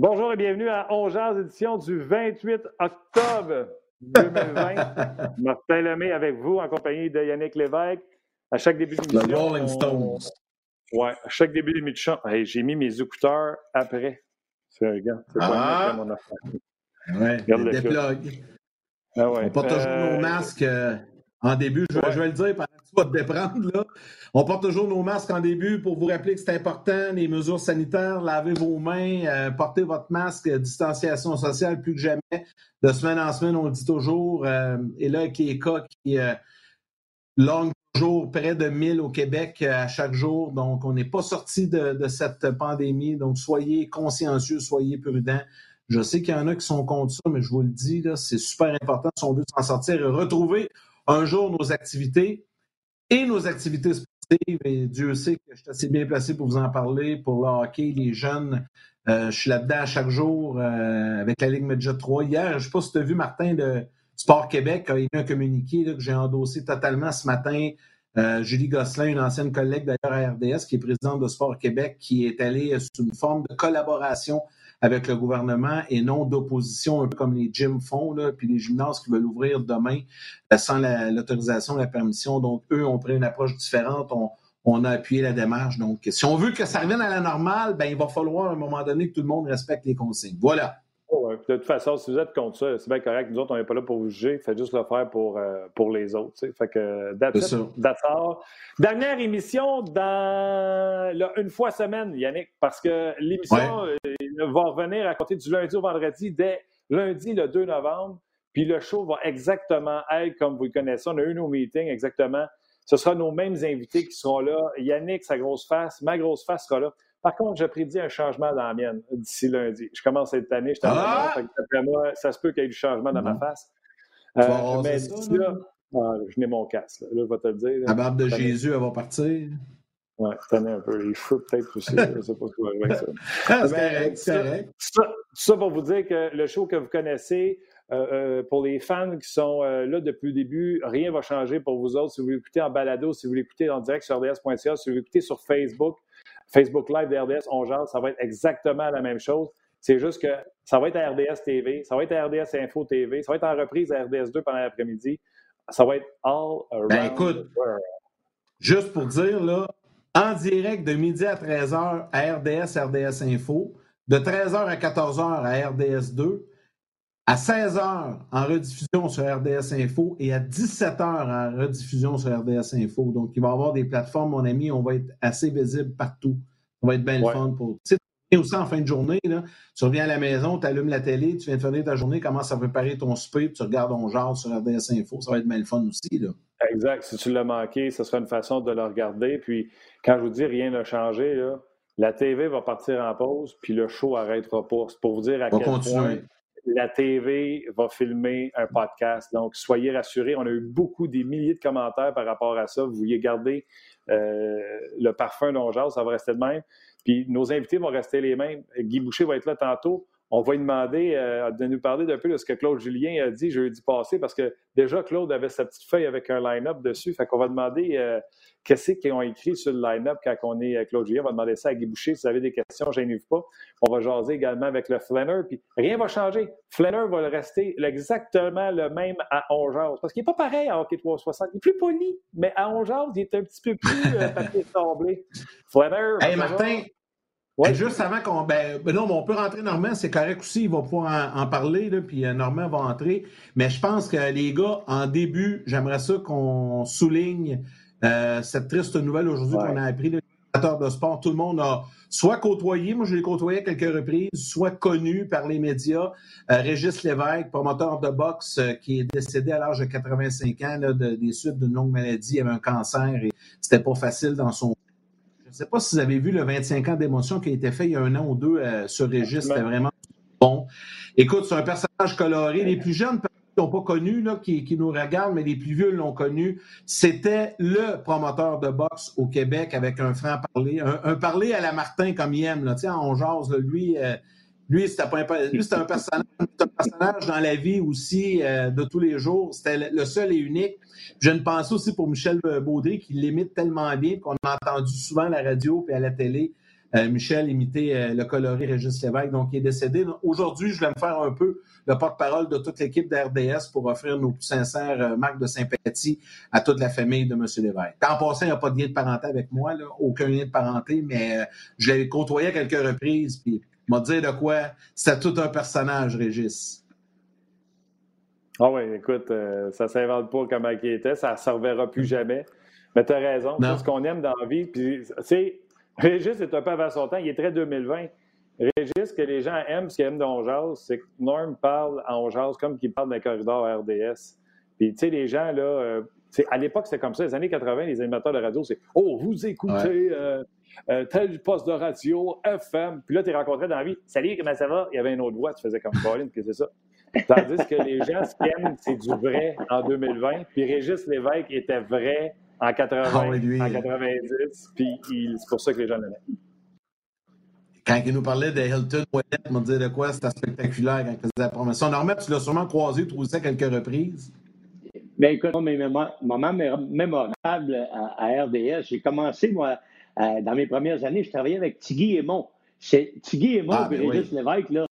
Bonjour et bienvenue à On Jase, édition du 28 octobre 2020. Martin Lemay avec vous, en compagnie de Yannick Lévesque. À chaque début d'émission... Le Rolling Stones. Ouais, à chaque début d'émission... Hey, j'ai mis mes écouteurs après. Regarde, c'est pas après mon affaire. Ouais, des plugs. Ah ouais. On porte toujours nos masques en début. Je vais le dire pendant que tu vas te déprendre. Là. On porte toujours nos masques en début pour vous rappeler que c'est important, les mesures sanitaires, lavez vos mains, portez votre masque, distanciation sociale plus que jamais. De semaine en semaine, on le dit toujours. Et là, avec les cas qui longuent toujours près de 1000 au Québec à chaque jour. Donc, on n'est pas sorti de cette pandémie. Donc, soyez consciencieux, soyez prudents. Je sais qu'il y en a qui sont contre ça, mais je vous le dis, là, c'est super important si on veut s'en sortir et retrouver un jour nos activités et nos activités sportives. Et Dieu sait que je suis assez bien placé pour vous en parler, pour le hockey, les jeunes. Je suis là-dedans à chaque jour avec la Ligue Midget 3. Hier, je ne sais pas si tu as vu, Martin, de Sport Québec a émis un communiqué là, que j'ai endossé totalement ce matin. Julie Gosselin, une ancienne collègue d'ailleurs à RDS, qui est présidente de Sport Québec, qui est allée sous une forme de collaboration avec le gouvernement et non d'opposition, un peu comme les gyms font, là, puis les gymnases qui veulent ouvrir demain sans l'autorisation, la permission. Donc, eux ont pris une approche différente. On a appuyé la démarche. Donc, si on veut que ça revienne à la normale, ben il va falloir à un moment donné que tout le monde respecte les consignes. Voilà. Oh, ouais. De toute façon, si vous êtes contre ça, c'est bien correct. Nous autres, on n'est pas là pour vous juger. Faites juste le faire pour les autres. T'sais. Fait que, that's all. Dernière émission une fois semaine, Yannick, parce que l'émission va revenir à compter du lundi au vendredi dès lundi, le 2 novembre. Puis le show va exactement être comme vous le connaissez. On a eu nos meetings exactement. Ce sera nos mêmes invités qui seront là. Yannick, sa grosse face, ma grosse face sera là. Par contre, je prédis un changement dans la mienne d'ici lundi. Je commence cette année, je suis après moi, ça se peut qu'il y ait du changement dans ma face. Mais d'ici là, je n'ai mon casque. Là, je vais te le dire. La barbe de Jésus, elle va partir. Oui, tenez un peu. Les cheveux, peut-être aussi. Je ne sais pas ce que avec ça. C'est correct. Ça pour vous dire que le show que vous connaissez, pour les fans qui sont là depuis le début, rien ne va changer pour vous autres. Si vous l'écoutez en balado, si vous l'écoutez en direct sur rds.ca, si vous l'écoutez sur Facebook Live de RDS, on jase, ça va être exactement la même chose. C'est juste que ça va être à RDS TV, ça va être à RDS Info TV, ça va être en reprise à RDS 2 pendant l'après-midi. Ça va être all around écoute, the world. Juste pour dire, là, en direct de midi à 13h à RDS Info, de 13h à 14h à RDS 2, à 16h en rediffusion sur RDS Info et à 17h en rediffusion sur RDS Info. Donc, il va y avoir des plateformes, mon ami, on va être assez visible partout. Ça va être bien le fun pour... Tu sais, aussi en fin de journée, là, tu reviens à la maison, tu allumes la télé, tu viens de finir ta journée, commences à préparer ton souper, tu regardes On Jase sur RDS Info. Ça va être bien le fun aussi, là. Exact. Si tu l'as manqué, ce sera une façon de le regarder. Puis, quand je vous dis rien n'a changé, là, la TV va partir en pause, puis le show n'arrêtera pas. C'est pour vous dire à quel point la TV va filmer un podcast. Donc, soyez rassurés. On a eu des milliers de commentaires par rapport à ça. Vous vouliez garder le parfum d'On Jase, ça va rester le même. Puis, nos invités vont rester les mêmes. Guy Boucher va être là tantôt. On va lui demander de nous parler d'un peu de ce que Claude Julien a dit jeudi passé, parce que déjà, Claude avait sa petite feuille avec un line-up dessus. Fait qu'on va demander qu'est-ce qu'ils ont écrit sur le line-up quand on est Claude Julien. On va demander ça à Guy Boucher. Si vous avez des questions, gênez-vous pas. On va jaser également avec le Flanner. Puis rien ne va changer. Flanner va rester exactement le même à On Jase. Parce qu'il n'est pas pareil à Hockey 360. Il est plus poli, mais à On Jase, il est un petit peu plus papier sablé. Flanner. Hey, Martin! Ouais. Juste avant qu'on... non, mais on peut rentrer Normand, c'est correct aussi, il va pouvoir en parler, là, puis Normand va entrer. Mais je pense que les gars, en début, j'aimerais ça qu'on souligne cette triste nouvelle aujourd'hui qu'on a appris, les créateurs de sport. Tout le monde a soit côtoyé, moi je l'ai côtoyé à quelques reprises, soit connu par les médias. Régis Lévesque, promoteur de boxe, qui est décédé à l'âge de 85 ans là, des suites d'une longue maladie, il avait un cancer et c'était pas facile dans son... Je ne sais pas si vous avez vu le 25 ans d'émotion qui a été fait il y a 1 an ou 2 sur Régis. C'était vraiment bon. Écoute, c'est un personnage coloré. Les plus jeunes ne l'ont pas connu, là, qui nous regardent, mais les plus vieux l'ont connu. C'était le promoteur de boxe au Québec avec un franc-parler. Un parler à la Martin comme il aime. Là. On jase, là, lui, c'était un personnage dans la vie aussi de tous les jours. C'était le seul et unique. Je ne pense aussi pour Michel Baudry qui l'imite tellement bien qu'on a entendu souvent à la radio et à la télé Michel imitait le coloré Régis Lévesque, donc il est décédé. Aujourd'hui, je voulais me faire un peu le porte-parole de toute l'équipe de RDS pour offrir nos plus sincères marques de sympathie à toute la famille de M. Lévesque. En passant, il n'y a pas de lien de parenté avec moi, là, aucun lien de parenté, mais je l'ai côtoyé à quelques reprises, puis il m'a dit de quoi c'était tout un personnage, Régis. Ah oui, écoute, ça ne s'invente pas comment il était, ça ne se reverra plus jamais. Mais tu as raison, c'est ce qu'on aime dans la vie. Puis, tu sais, Régis est un peu avant son temps, il est très 2020. Régis, ce que les gens aiment, ce qu'ils aiment dans On Jase, c'est que Norm parle en On Jase comme qu'il parle d'un corridor RDS. Puis, tu sais, les gens, là, à l'époque, c'était comme ça. Les années 80, les animateurs de radio, c'est « Oh, vous écoutez tel poste de radio, FM. » Puis là, tu es rencontré dans la vie. « Salut, comment ça va? » Il y avait une autre voix. Tu faisais comme « Pauline, qu'est-ce que c'est ça? » Tandis que les gens, ce qu'ils aiment, c'est du vrai en 2020. Puis Régis Lévesque était vrai en 80, en 90. Puis c'est pour ça que les gens l'aimaient. Quand il nous parlait de Hilton Ouellet, il m'a dit de quoi c'était spectaculaire quand il faisait la promotion. Normand, tu l'as sûrement croisé, tu aussi à quelques reprises. Bien, écoute, mes moments mémorables à RDS, j'ai commencé, moi, dans mes premières années, je travaillais avec Tiggy Aymon. Tiggy Aymon et Régis Lévesque, là,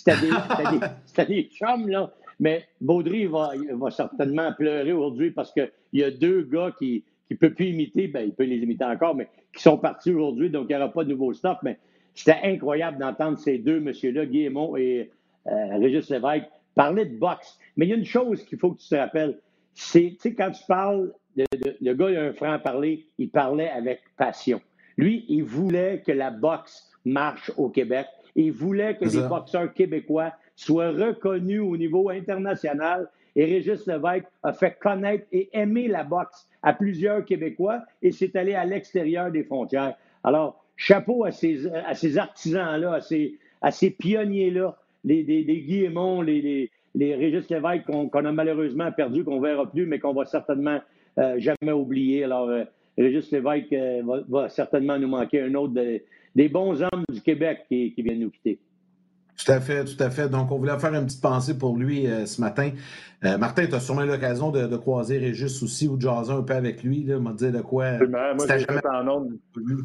c'était des chums, là. Mais Baudry va certainement pleurer aujourd'hui parce qu'il y a deux gars qui ne peut plus imiter, bien, il peut les imiter encore, mais qui sont partis aujourd'hui, donc il n'y aura pas de nouveau stuff. Mais c'était incroyable d'entendre ces deux messieurs-là, Guy Aymon et Régis Lévesque, parler de boxe. Mais il y a une chose qu'il faut que tu te rappelles, c'est, tu sais, quand tu parles, le gars, il a un franc-parler, il parlait avec passion. Lui, il voulait que la boxe marche au Québec. Il voulait que les boxeurs québécois soient reconnus au niveau international. Et Régis Lévesque a fait connaître et aimer la boxe à plusieurs Québécois et s'est allé à l'extérieur des frontières. Alors, chapeau à ces artisans-là, à ces pionniers-là, les Guy Aymon, les Régis Lévesque qu'on a malheureusement perdu, qu'on ne verra plus, mais qu'on va certainement jamais oublier. Alors, Régis Lévesque va certainement nous manquer, un autre des bons hommes du Québec qui viennent nous quitter. Tout à fait, tout à fait. Donc, on voulait faire une petite pensée pour lui ce matin. Martin, tu as sûrement eu l'occasion de croiser Régis aussi ou de jaser un peu avec lui. Il m'a dit de quoi. Moi, je l'ai fait en ondes.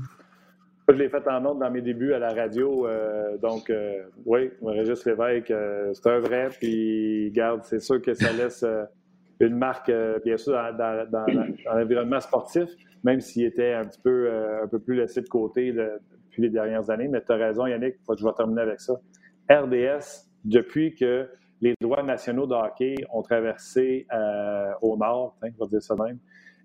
Je l'ai fait en ondes dans mes débuts à la radio. Donc, oui, Régis Lévesque, c'est un vrai. Puis, garde, c'est sûr que ça laisse une marque, bien sûr, dans l'environnement sportif, même s'il était un peu plus laissé de côté depuis les dernières années. Mais tu as raison, Yannick, je vais terminer avec ça. RDS, depuis que les droits nationaux de hockey ont traversé au nord, on va dire ça même,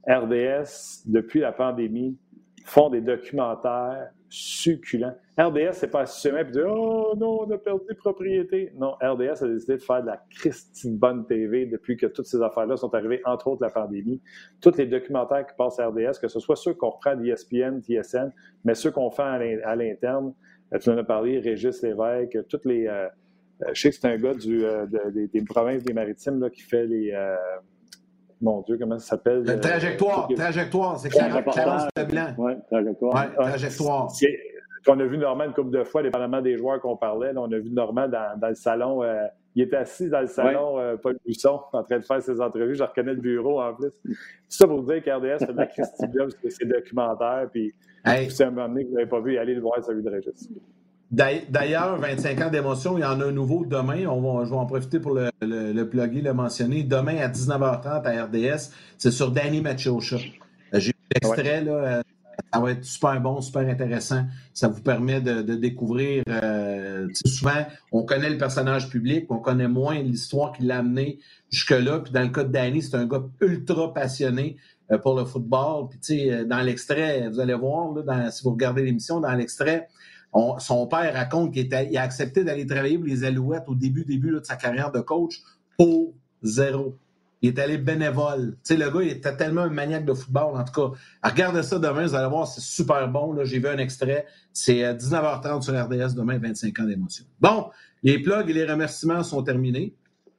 RDS, depuis la pandémie, font des documentaires succulents. RDS, c'est pas assumer et dire « Oh non, on a perdu des propriétés ». Non, RDS a décidé de faire de la Christie bonne TV depuis que toutes ces affaires-là sont arrivées, entre autres la pandémie. Tous les documentaires qui passent à RDS, que ce soit ceux qu'on reprend d'ESPN, TSN, mais ceux qu'on fait à l'interne, tu en as parlé, Régis Lévesque, toutes les... je sais que c'est un gars des provinces des Maritimes là, qui fait les... mon Dieu, comment ça s'appelle? Trajectoire, c'est Clarence Leblanc. Oui, Trajectoire. Trajectoire. On a vu Normand une couple de fois, dépendamment des joueurs qu'on parlait. Là, on a vu Normand dans le salon. Il était assis dans le salon, Paul Buisson, en train de faire ses entrevues. Je reconnais le bureau en plus. Tout ça pour vous dire qu'RDS fait de la Christie Job sur ses documentaires. Puis, c'est un moment donné que vous n'avez pas vu, allez le voir, celui de Régis. D'ailleurs, 25 ans d'émotion, il y en a un nouveau demain. Je vais en profiter pour le plugger, le mentionner. Demain à 19h30 à RDS, c'est sur Danny Machocha. J'ai vu l'extrait, là. Ça va être super bon, super intéressant. Ça vous permet de découvrir. Souvent, on connaît le personnage public, on connaît moins l'histoire qui l'a amené jusque-là. Puis dans le cas de Danny, c'est un gars ultra passionné pour le football. Puis tu sais, dans l'extrait, vous allez voir, là, si vous regardez l'émission, dans l'extrait, son père raconte qu'il a accepté d'aller travailler pour les Alouettes au début là, de sa carrière de coach pour zéro. Il est allé bénévole. Tu sais, le gars, il était tellement un maniaque de football, en tout cas. Regardez ça demain, vous allez voir, c'est super bon. Là, j'ai vu un extrait. C'est 19h30 sur RDS, demain, 25 ans d'émotion. Bon, les plugs et les remerciements sont terminés.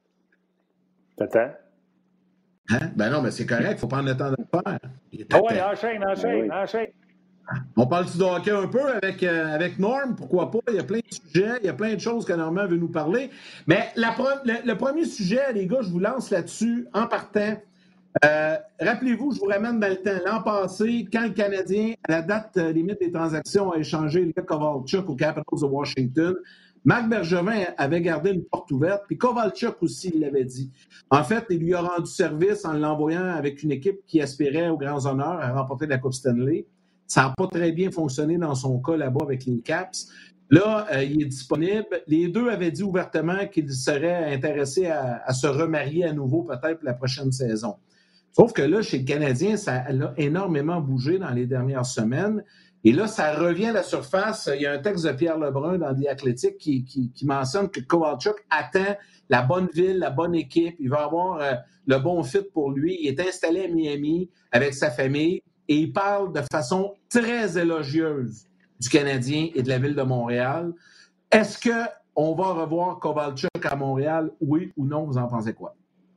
T'attends? Hein? Ben non, mais c'est correct, il faut prendre le temps de le faire. Oui, enchaîne. On parle-tu de hockey un peu avec Norm? Pourquoi pas? Il y a plein de sujets, il y a plein de choses que Normand veut nous parler. Mais le premier sujet, les gars, je vous lance là-dessus en partant. Rappelez-vous, je vous ramène dans le temps. L'an passé, quand le Canadien, à la date limite des transactions, a échangé Ilya Kovalchuk aux Capitals de Washington, Marc Bergevin avait gardé une porte ouverte, puis Kovalchuk aussi, il l'avait dit. En fait, il lui a rendu service en l'envoyant avec une équipe qui aspirait aux grands honneurs à remporter la Coupe Stanley. Ça n'a pas très bien fonctionné dans son cas là-bas avec les Caps. Là, il est disponible. Les deux avaient dit ouvertement qu'ils seraient intéressés à se remarier à nouveau peut-être pour la prochaine saison. Sauf que là, chez le Canadien, ça a énormément bougé dans les dernières semaines. Et là, ça revient à la surface. Il y a un texte de Pierre Lebrun dans The Athletic qui mentionne que Kovalchuk attend la bonne ville, la bonne équipe. Il va avoir le bon fit pour lui. Il est installé à Miami avec sa famille et il parle de façon très élogieuse du Canadien et de la ville de Montréal. Est-ce qu'on va revoir Kovalchuk à Montréal, oui ou non? Vous en pensez quoi?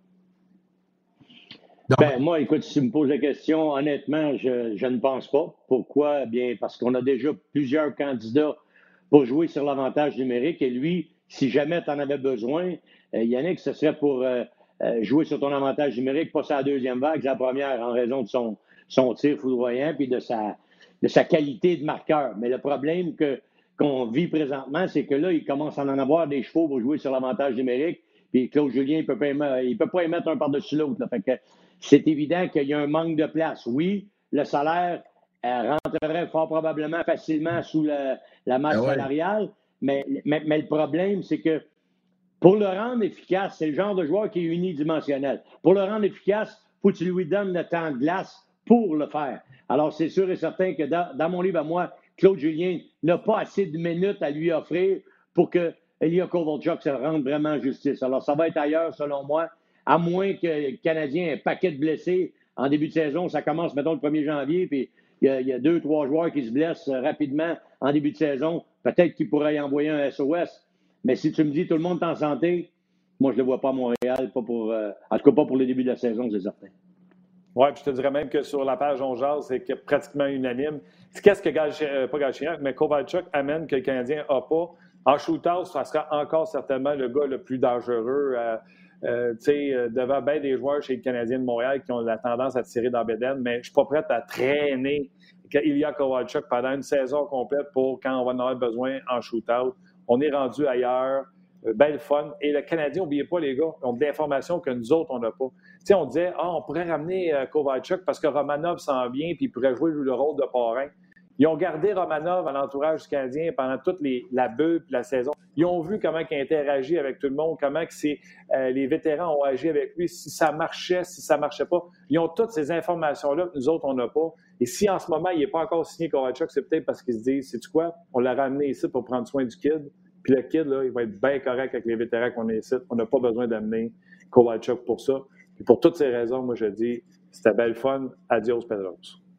Moi, écoute, si tu me poses la question, honnêtement, je ne pense pas. Pourquoi? Bien, parce qu'on a déjà plusieurs candidats pour jouer sur l'avantage numérique. Et lui, si jamais tu en avais besoin, Yannick, ce serait pour jouer sur ton avantage numérique, pas sa deuxième vague, sa première, en raison de son tir foudroyant puis de sa qualité de marqueur. Mais le problème qu'on vit présentement, c'est que là, il commence à en avoir des chevaux pour jouer sur l'avantage numérique. Puis Claude Julien, il peut pas y mettre un par-dessus l'autre. Là. Fait que c'est évident qu'il y a un manque de place. Oui, le salaire rentrerait fort probablement facilement sous la masse salariale, mais le problème, c'est que pour le rendre efficace, c'est le genre de joueur qui est unidimensionnel. Pour le rendre efficace, il faut que tu lui donnes le temps de glace pour le faire. Alors, c'est sûr et certain que dans mon livre à moi, Claude Julien n'a pas assez de minutes à lui offrir pour que Ilya Kovalchuk se rende vraiment justice. Alors, ça va être ailleurs, selon moi, à moins que le Canadien ait un paquet de blessés en début de saison. Ça commence, mettons, le 1er janvier, puis il y a 2-3 joueurs qui se blessent rapidement en début de saison. Peut-être qu'il pourrait y envoyer un SOS. Mais si tu me dis tout le monde est en santé, moi, je ne le vois pas à Montréal, en tout cas pas pour le début de la saison, c'est certain. Oui, puis je te dirais même que sur la page On Jase, c'est pratiquement unanime. Qu'est-ce que pas Galchenyuk, mais Kovalchuk amène que le Canadien n'a pas? En shootout, ça sera encore certainement le gars le plus dangereux devant bien des joueurs chez le Canadien de Montréal qui ont la tendance à tirer dans Bédène, mais je ne suis pas prêt à traîner Ilya Kovalchuk pendant une saison complète pour quand on va en avoir besoin en shootout. On est rendu ailleurs. Belle fun. Et le Canadien, n'oubliez pas, les gars, ont de l'information que nous autres, on n'a pas. T'sais, on disait, on pourrait ramener Kovalchuk parce que Romanov s'en vient et il pourrait jouer le rôle de parrain. Ils ont gardé Romanov à l'entourage du Canadien pendant toute la bulle et la saison. Ils ont vu comment il interagit avec tout le monde, comment que les vétérans ont agi avec lui, si ça marchait, si ça ne marchait pas. Ils ont toutes ces informations-là que nous autres, on n'a pas. Et si en ce moment, il n'est pas encore signé Kovalchuk, c'est peut-être parce qu'ils se disent, sais-tu quoi, on l'a ramené ici pour prendre soin du kid. Puis le kid, là, il va être bien correct avec les vétérans qu'on a ici. On n'a pas besoin d'amener Kovalchuk pour ça. Et pour toutes ces raisons, moi, je dis, c'était belle fun. Adios, Pedros.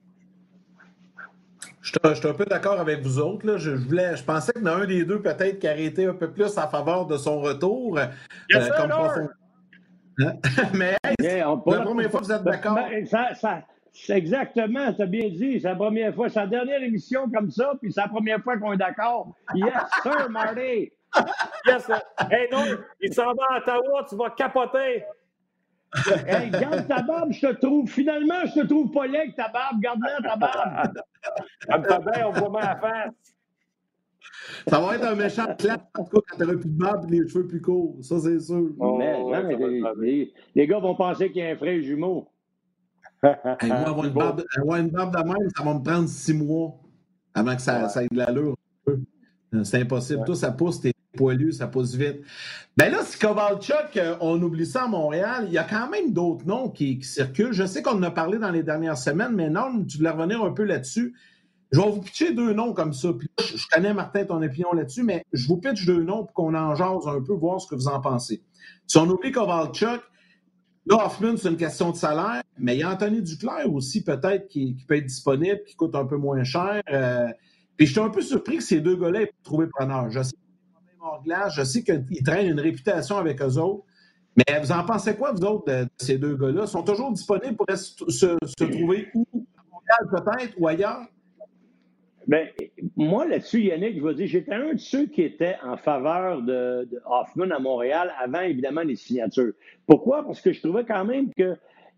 Je suis un peu d'accord avec vous autres. Là. Je pensais qu'il y en a un des deux peut-être qui aurait été un peu plus en faveur de son retour. Comme profond. Mais c'est la première fois que vous êtes d'accord. C'est exactement, tu as bien dit. C'est la première fois. C'est la dernière émission comme ça, puis c'est la première fois qu'on est d'accord. Yes, sir, Marty! Yes, sir. Hey, non, il s'en va à Ottawa, tu vas capoter! Hey, garde ta barbe, je te trouve pas laid ta barbe. Garde-la, ta barbe. Ça me fait bien, on voit ma face. Ça va être un méchant clap, en tout cas, quand t'auras plus de barbe et les cheveux plus courts. Ça, c'est sûr. Les gars vont penser qu'il y a un frère jumeau. Hey, moi, avoir une barbe de même, ça va me prendre 6 mois avant que ça ait de l'allure. C'est impossible. Ouais. Tout, ça pousse, t'es poilu, ça pousse vite. Ben là, si Kovalchuk, on oublie ça à Montréal, il y a quand même d'autres noms qui circulent. Je sais qu'on en a parlé dans les dernières semaines, mais non, tu voulais revenir un peu là-dessus. Je vais vous pitcher 2 noms comme ça. Puis là, je connais, Martin, ton opinion là-dessus, mais je vous pitche 2 noms pour qu'on en jase un peu, voir ce que vous en pensez. Si on oublie Kovalchuk, là, Hoffman, c'est une question de salaire, mais il y a Anthony Duclair aussi, peut-être, qui peut être disponible, qui coûte un peu moins cher. Puis je suis un peu surpris que ces 2 gars-là aient trouvé preneur. Je sais qu'il y a des problèmes hors glace, je sais qu'ils traînent une réputation avec eux autres. Mais vous en pensez quoi, vous autres, de ces 2 gars-là? Ils sont toujours disponibles pour se trouver où? À Montréal, peut-être, ou ailleurs? Bien, moi, là-dessus, Yannick, je vais dire, j'étais un de ceux qui étaient en faveur de Hoffman à Montréal avant, évidemment, les signatures. Pourquoi? Parce que je trouvais quand même que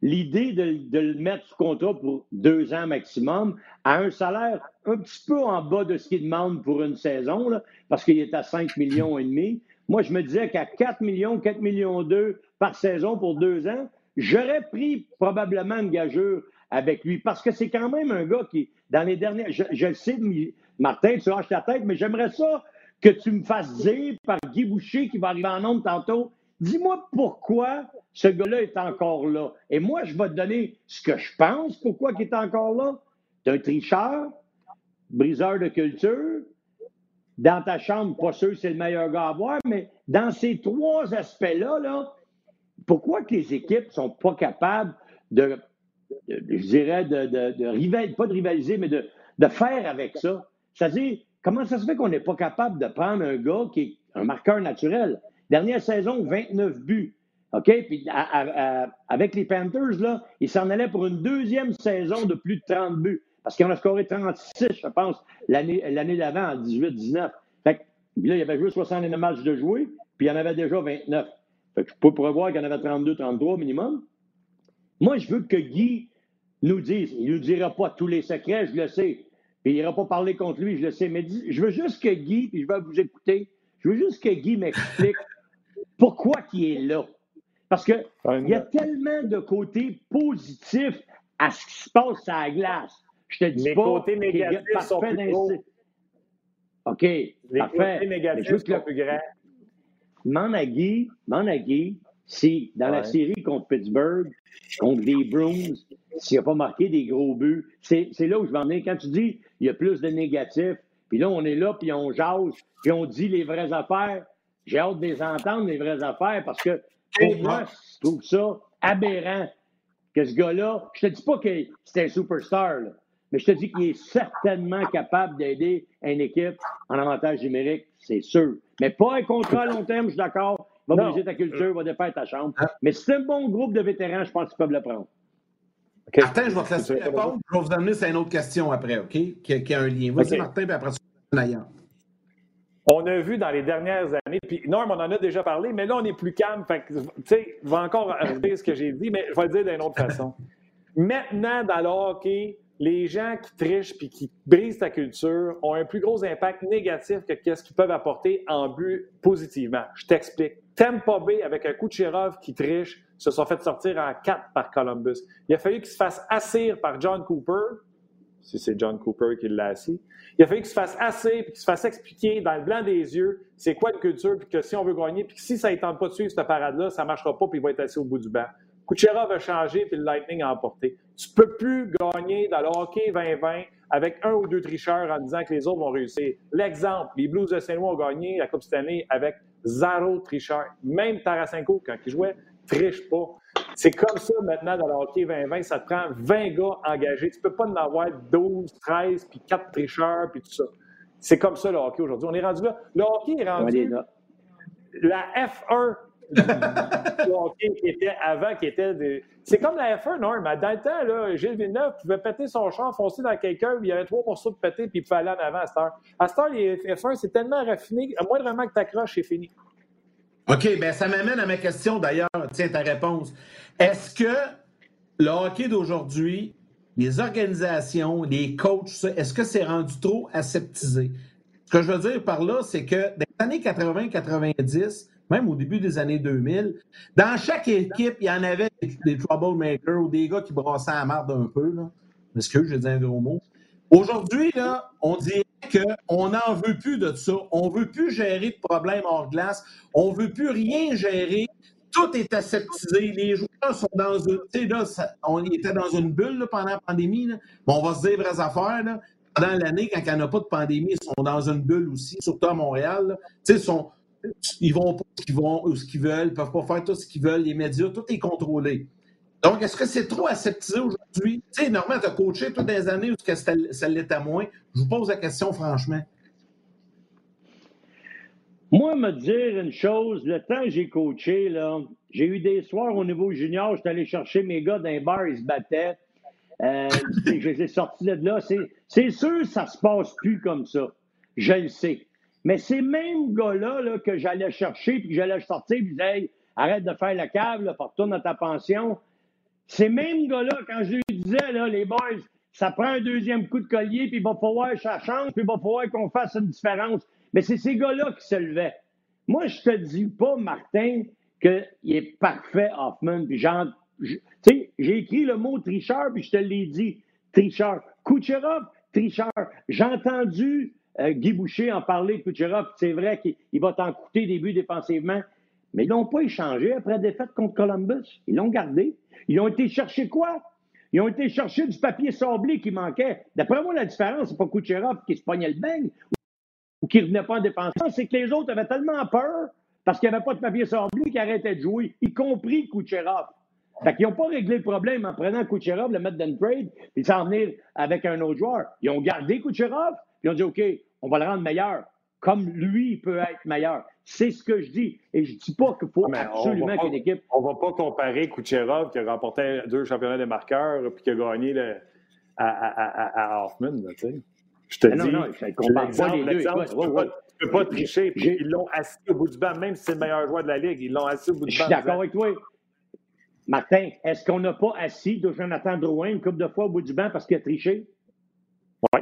l'idée de le mettre sous contrat pour 2 ans maximum, à un salaire un petit peu en bas de ce qu'il demande pour une saison, là, parce qu'il est à 5,5 millions. Moi, je me disais qu'à 4 millions, 4,2 millions par saison pour 2 ans, j'aurais pris probablement une gageure avec lui, parce que c'est quand même un gars qui, dans les dernières... Je le sais, Martin, tu hoches ta tête, mais j'aimerais ça que tu me fasses dire par Guy Boucher, qui va arriver en nombre tantôt, dis-moi pourquoi ce gars-là est encore là. Et moi, je vais te donner ce que je pense, pourquoi il est encore là. Tu es un tricheur, briseur de culture, dans ta chambre, pas sûr que c'est le meilleur gars à voir, mais dans ces 3 aspects-là, là, pourquoi que les équipes ne sont pas capables de je dirais, pas de rivaliser, mais de faire avec ça? C'est-à-dire, comment ça se fait qu'on n'est pas capable de prendre un gars qui est un marqueur naturel? Dernière saison, 29 buts. OK? Puis avec les Panthers, là, il s'en allait pour une 2e saison de plus de 30 buts. Parce qu'il en a scoré 36, je pense, l'année d'avant, en 18-19. Fait que, puis là, il avait joué 69 matchs de jouer, puis il en avait déjà 29. Fait que je peux prévoir qu'il y en avait 32-33 minimum. Moi, je veux que Guy nous dise. Il ne nous dira pas tous les secrets, je le sais. Puis il n'ira pas parler contre lui, je le sais. Mais je veux juste que Guy, puis je vais vous écouter, je veux juste que Guy m'explique pourquoi il est là. Parce qu'il y a tellement de côtés positifs à ce qui se passe à la glace. Je te dis les pas... Les côtés négatifs sont plus gros. OK, les parfait. Côtés négatifs sont plus grands. Demande à Guy, si dans la série contre Pittsburgh, contre les Bruins, s'il n'a pas marqué des gros buts, c'est là où je vais en venir. Quand tu dis il y a plus de négatifs, puis là, on est là, puis on jase, puis on dit les vraies affaires, j'ai hâte de les entendre, les vraies affaires, parce que pour moi, je trouve ça aberrant que ce gars-là, je te dis pas que c'est un superstar, là, mais je te dis qu'il est certainement capable d'aider une équipe en avantage numérique, c'est sûr. Mais pas un contrat à long terme, je suis d'accord. Va briser ta culture, va défaire ta chambre. Mais si c'est un bon groupe de vétérans, je pense qu'ils peuvent le prendre. Okay. Martin, je vais te laisser répondre. Je vais vous amener sur une autre question après, OK? Qui a un lien. Vas-y, Martin, puis après ça, ailleurs. On a vu dans les dernières années, puis Norm, on en a déjà parlé, mais là, on est plus calme. Fait que, tu sais, je vais encore dire ce que j'ai dit, mais je vais le dire d'une autre façon. Maintenant, dans le hockey, les gens qui trichent puis qui brisent ta culture ont un plus gros impact négatif que ce qu'ils peuvent apporter en but positivement. Je t'explique. Tampa Bay, avec un Kucherov qui triche, se sont fait sortir en 4 par Columbus. Il a fallu qu'il se fasse assir par John Cooper, si c'est John Cooper qui l'a assis. Il a fallu qu'il se fasse assir et qu'il se fasse expliquer dans le blanc des yeux c'est quoi une culture, puis que si on veut gagner, puis que si ça ne tente pas de suivre cette parade-là, ça ne marchera pas, puis il va être assis au bout du banc. Kucherov a changé, puis le Lightning a emporté. Tu ne peux plus gagner dans le hockey 2020 avec 1 ou 2 tricheurs en disant que les autres vont réussir. L'exemple, les Blues de Saint-Louis ont gagné la Coupe cette année avec 0 tricheur. Même Tarasenko, quand il jouait, triche pas. C'est comme ça maintenant dans le hockey 2020. Ça te prend 20 gars engagés. Tu ne peux pas en avoir 12, 13, puis 4 tricheurs, puis tout ça. C'est comme ça le hockey aujourd'hui. On est rendu là. Le hockey est rendu la F1 le hockey qui était avant, qui était c'est comme la F1, non? Mais dans le temps, là, Gilles Villeneuve pouvait péter son char, foncer dans quelqu'un, il y avait 3 morceaux de péter, puis il pouvait aller en avant à cette heure. À cette heure, les F1, c'est tellement raffiné, à moins vraiment que tu accroches, c'est fini. OK, bien, ça m'amène à ma question, d'ailleurs. Tiens, ta réponse. Est-ce que le hockey d'aujourd'hui, les organisations, les coachs, est-ce que c'est rendu trop aseptisé? Ce que je veux dire par là, c'est que dans les années 80-90, même au début des années 2000, dans chaque équipe, il y en avait des troublemakers ou des gars qui brassaient la marde un peu. Là. Excuse, j'ai dit un gros mot. Aujourd'hui, là, on dirait qu'on n'en veut plus de ça. On ne veut plus gérer de problèmes hors glace. On ne veut plus rien gérer. Tout est aseptisé. Les joueurs sont dans une... Tu sais, là, on était dans une bulle là, pendant la pandémie. Là. Bon, on va se dire vraies affaires. Là. Pendant l'année, quand il n'y en a pas de pandémie, ils sont dans une bulle aussi, surtout à Montréal. Tu sais, ils vont pas ce qu'ils veulent, ils ne peuvent pas faire tout ce qu'ils veulent. Les médias, tout est contrôlé. Donc, est-ce que c'est trop aseptisé aujourd'hui? Tu sais, normalement, tu as coaché toutes les années où ça l'était moins. Je vous pose la question franchement. Moi, me dire une chose, le temps que j'ai coaché, là, j'ai eu des soirs au niveau junior, j'étais allé chercher mes gars d'un bar, ils se battaient. Je les ai sortis de là. C'est sûr, ça se passe plus comme ça. Je le sais. Mais ces mêmes gars-là là, que j'allais chercher, puis que j'allais sortir, puis je disais, hey, arrête de faire la cave, là, retourne à ta pension. Ces mêmes gars-là, quand je lui disais, là, les boys, ça prend un deuxième coup de collier, puis il va falloir que ça change, puis il va falloir qu'on fasse une différence. Mais c'est ces gars-là qui se levaient. Moi, je te dis pas, Martin, qu'il est parfait, Hoffman. Puis tu sais, j'ai écrit le mot tricheur, puis je te l'ai dit, tricheur. Kucherov, tricheur. J'ai entendu Guy Boucher en parler de Kucherov. C'est vrai qu'il va t'en coûter des buts défensivement. Mais ils l'ont pas échangé après la défaite contre Columbus. Ils l'ont gardé. Ils ont été chercher quoi? Ils ont été chercher du papier sablé qui manquait. D'après moi, la différence, c'est pas Kucherov qui se pognait le beigne ou qui ne revenait pas en défense. C'est que les autres avaient tellement peur parce qu'il n'y avait pas de papier sablé qu'ils arrêtaient de jouer, y compris Kucherov. Fait qu'ils n'ont pas réglé le problème en prenant Kucherov, le mettre dans le trade, puis s'en venir avec un autre joueur. Ils ont gardé Kucherov, puis ils ont dit OK, on va le rendre meilleur, comme lui peut être meilleur. C'est ce que je dis. Et je ne dis pas qu'il faut absolument qu'une équipe. On ne va pas comparer Kucherov, qui a remporté 2 championnats des marqueurs, puis qui a gagné à Hoffman, tu sais. Je te dis, non, je ne compare pas les deux. Tu ne peux pas tricher. Puis ils l'ont assis au bout du banc, même si c'est le meilleur joueur de la Ligue. Ils l'ont assis au bout du banc. Je suis d'accord avec toi. Martin, est-ce qu'on n'a pas assis de Jonathan Drouin une couple de fois au bout du banc parce qu'il a triché? Oui.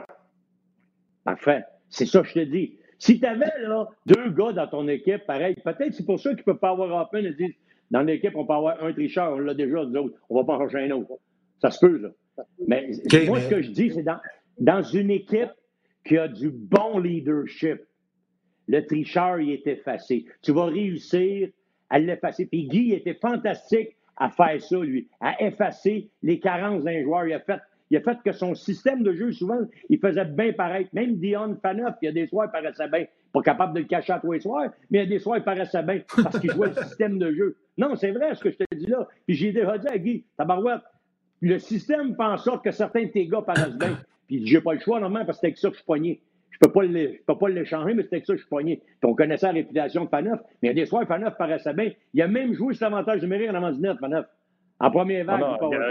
Parfait. C'est ça que je te dis. Si tu avais là 2 gars dans ton équipe, pareil, peut-être c'est pour ça qu'ils ne peuvent pas avoir Hoffman et disent dans l'équipe, on peut avoir un tricheur, on l'a déjà, nous autres, on ne va pas en chercher un autre. Ça se peut, là. Mais moi, ce que je dis, c'est dans une équipe qui a du bon leadership, le tricheur, il est effacé. Tu vas réussir à l'effacer. Puis Guy était fantastique à faire ça, lui, à effacer les carences d'un joueur. Il a fait que son système de jeu, souvent, il faisait bien paraître. Même Dion Phaneuf, il y a des soirs, il paraissait bien. Pas capable de le cacher à tous les soirs, mais il y a des soirs, il paraissait bien parce qu'il jouait le système de jeu. Non, c'est vrai ce que je te dis là. Puis j'ai déjà dit à Guy, tabarouette, le système fait en sorte que certains de tes gars paraissent bien. Puis j'ai pas le choix, normalement, parce que c'est avec ça que je suis pogné. Je peux pas l'échanger, mais c'est avec ça que je suis pogné. Puis on connaissait la réputation de Phaneuf, mais il y a des soirs, Phaneuf paraissait bien. Il a même joué cet avantage numérique en avant du net, Phaneuf. En première vague,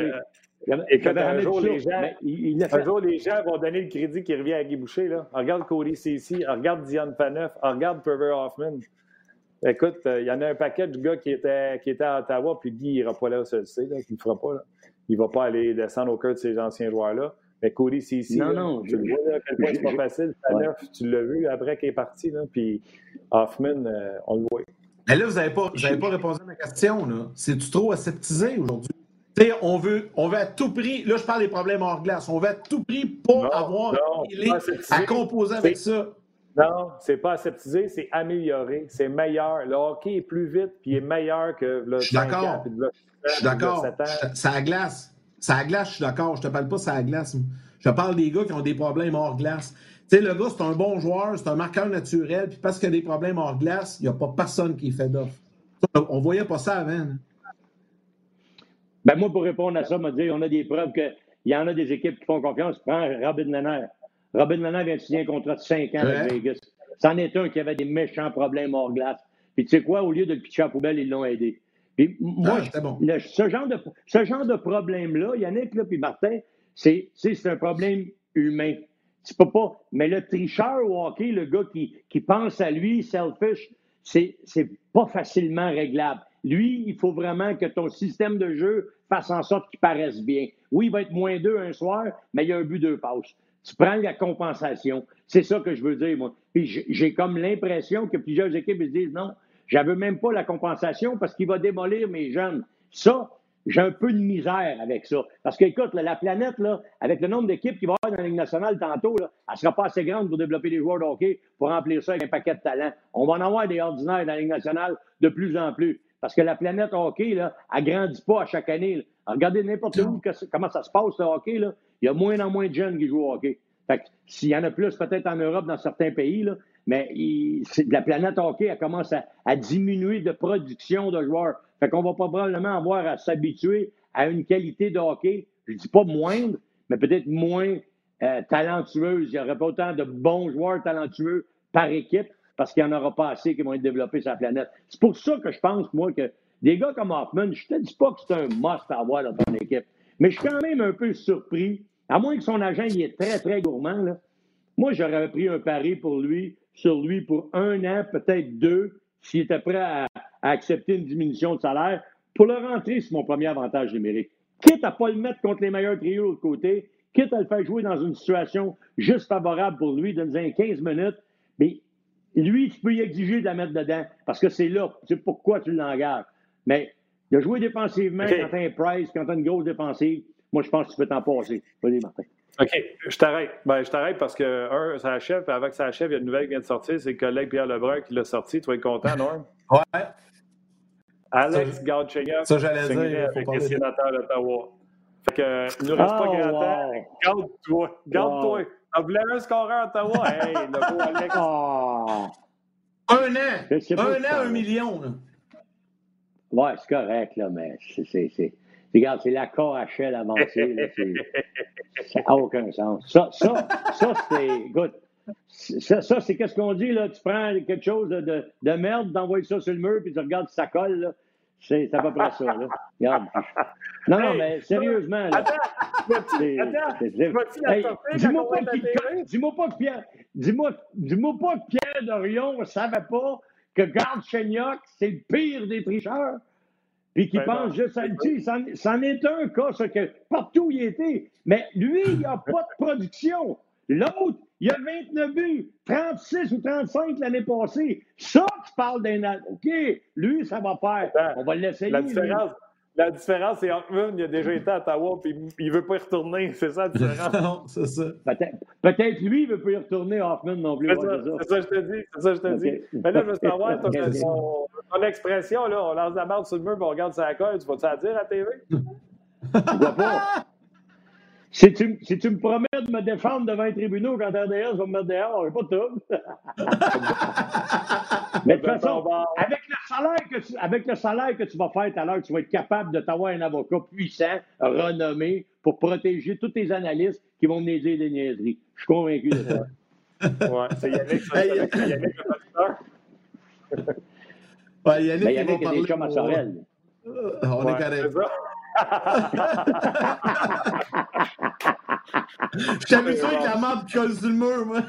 écoute, un jour, les gens vont donner le crédit qui revient à Guy Boucher. Là. Regarde Cody Ceci, regarde Dion Phaneuf, regarde Trevor Hoffman. Écoute, il y en a un paquet de gars qui étaient à Ottawa, puis Guy n'ira pas là, ça le sait, là, il ne le fera pas. Là. Il ne va pas aller descendre au cœur de ces anciens joueurs-là. Mais Cody Ceci, tu le vois, là, à quel point c'est pas facile. Phaneuf, tu l'as vu après qu'il est parti, là, puis Hoffman, on le voit. Mais là, vous n'avez pas répondu à ma question. C'est-tu trop aseptisé aujourd'hui? T'sais, on veut à tout prix, là je parle des problèmes hors glace, on veut à tout prix pas avoir à composer avec ça. Non, c'est pas aseptisé, c'est amélioré, c'est meilleur. Le hockey est plus vite puis il est meilleur que le 5 ans. Je suis d'accord. Ça à glace. Ça à glace, je suis d'accord. Je te parle pas ça à glace. Je parle des gars qui ont des problèmes hors glace. Tu sais, le gars, c'est un bon joueur, c'est un marqueur naturel, puis parce qu'il y a des problèmes hors glace, il n'y a pas personne qui fait d'offre. On voyait pas ça avant. Hein. Ben moi, pour répondre à ça, on a des preuves qu'il y en a des équipes qui font confiance. Prends Robin Lehner. Robin Lehner vient de signer un contrat de 5 ans avec Vegas. C'en est un qui avait des méchants problèmes hors glace. Puis tu sais quoi, au lieu de le pitcher à la poubelle, ils l'ont aidé. Puis moi, ce genre de problème-là, Yannick, là, puis Martin, c'est un problème humain. Tu peux pas. Mais le tricheur au hockey, le gars qui pense à lui, selfish, c'est pas facilement réglable. Lui, il faut vraiment que ton système de jeu fasse en sorte qu'il paraisse bien. Oui, il va être -2 un soir, mais il y a un but 2 passes. Tu prends la compensation. C'est ça que je veux dire, moi. Puis j'ai comme l'impression que plusieurs équipes se disent non, je veux même pas la compensation parce qu'il va démolir mes jeunes. Ça, j'ai un peu de misère avec ça. Parce que, écoute, la planète, là, avec le nombre d'équipes qui vont avoir dans la Ligue nationale tantôt, là, elle ne sera pas assez grande pour développer des joueurs de hockey pour remplir ça avec un paquet de talents. On va en avoir des ordinaires dans la Ligue nationale de plus en plus. Parce que la planète hockey, là, elle ne grandit pas à chaque année. Là. Regardez n'importe où comment ça se passe, le hockey. Là. Il y a moins en moins de jeunes qui jouent au hockey. Fait que, s'il y en a plus, peut-être en Europe, dans certains pays, là, mais la planète hockey, elle commence à diminuer de production de joueurs. Fait qu'on va probablement avoir à s'habituer à une qualité de hockey, je ne dis pas moindre, mais peut-être moins talentueuse. Il n'y aura pas autant de bons joueurs talentueux par équipe parce qu'il n'y en aura pas assez qui vont être développés sur la planète. C'est pour ça que je pense, moi, que des gars comme Hoffman, je ne te dis pas que c'est un must à avoir dans ton équipe, mais je suis quand même un peu surpris, à moins que son agent il est très, très gourmand. Là. Moi, j'aurais pris un pari sur lui pour 1 an, peut-être 2, s'il était prêt à accepter une diminution de salaire pour le rentrer sur mon premier avantage numérique. quitte à ne pas le mettre contre les meilleurs trios de côté, quitte à le faire jouer dans une situation juste favorable pour lui, dans 15 minutes, mais lui, tu peux y exiger de la mettre dedans, parce que c'est là, c'est pourquoi tu l'engages. Mais de jouer défensivement quand tu as un Price, quand tu as une grosse défensive, moi, je pense que tu peux t'en passer. Vas-y, Martin. OK, je t'arrête. Je t'arrête parce que, ça achève, puis avant que ça achève, il y a une nouvelle qui vient de sortir. C'est le collègue Pierre Lebrun qui l'a sorti. Tu vas être content, Norm? Ouais. Alex Galchenyuk, ça, j'allais dire, avec les sénateurs d'Ottawa. Fait que, il nous reste pas grand temps. Garde-toi. On voulait un scoreur à Ottawa. Hey, le beau Alex. Un an, 1 million. Là. Ouais, c'est correct, là, mais regarde, c'est la KHL avancée. Là, ça n'a aucun sens. Ça c'est. Écoute, ça, c'est qu'est-ce qu'on dit, là? Tu prends quelque chose de merde, t'envoies ça sur le mur, puis tu regardes si ça colle, là. C'est à peu près ça, là. Regarde. Non, mais sérieusement, là. Dis-moi pas que Pierre Dorion ne savait pas que Galchenyuk, c'est le pire des tricheurs. Puis qui pense juste à lui. C'en est un cas, ça, que partout où il était. Mais lui, il n'a pas de production. L'autre, il a 29 buts, 36 ou 35 l'année passée. Ça, tu parles d'un... OK, lui, ça va faire. On va l'essayer. La différence, c'est Hoffman, il a déjà été à Ottawa, puis il ne veut pas y retourner. C'est ça la différence. Non, c'est ça. Peut-être lui, il ne veut pas y retourner, Hoffman, non plus. C'est ça, je te dis. Mais là, je veux savoir, ton expression, là, on lance la marde sur le mur, puis on regarde sa colle. Tu vas-tu la dire à la TV? Je vois pas. Si tu me promets de me défendre devant les tribunaux quand RDS va me mettre dehors, j'ai pas de trouble. Mais de toute façon, avec le salaire que tu vas faire tout à l'heure, tu vas être capable de t'avoir un avocat puissant, renommé, pour protéger tous tes analystes qui vont venir dire des niaiseries. Je suis convaincu de ça. Ouais, c'est Yannick, Yannick le pasteur. Ouais, Yannick, Yannick a des chums à Sorel. On est correct. Je suis amusé avec la marde qui colle sur le mur, moi.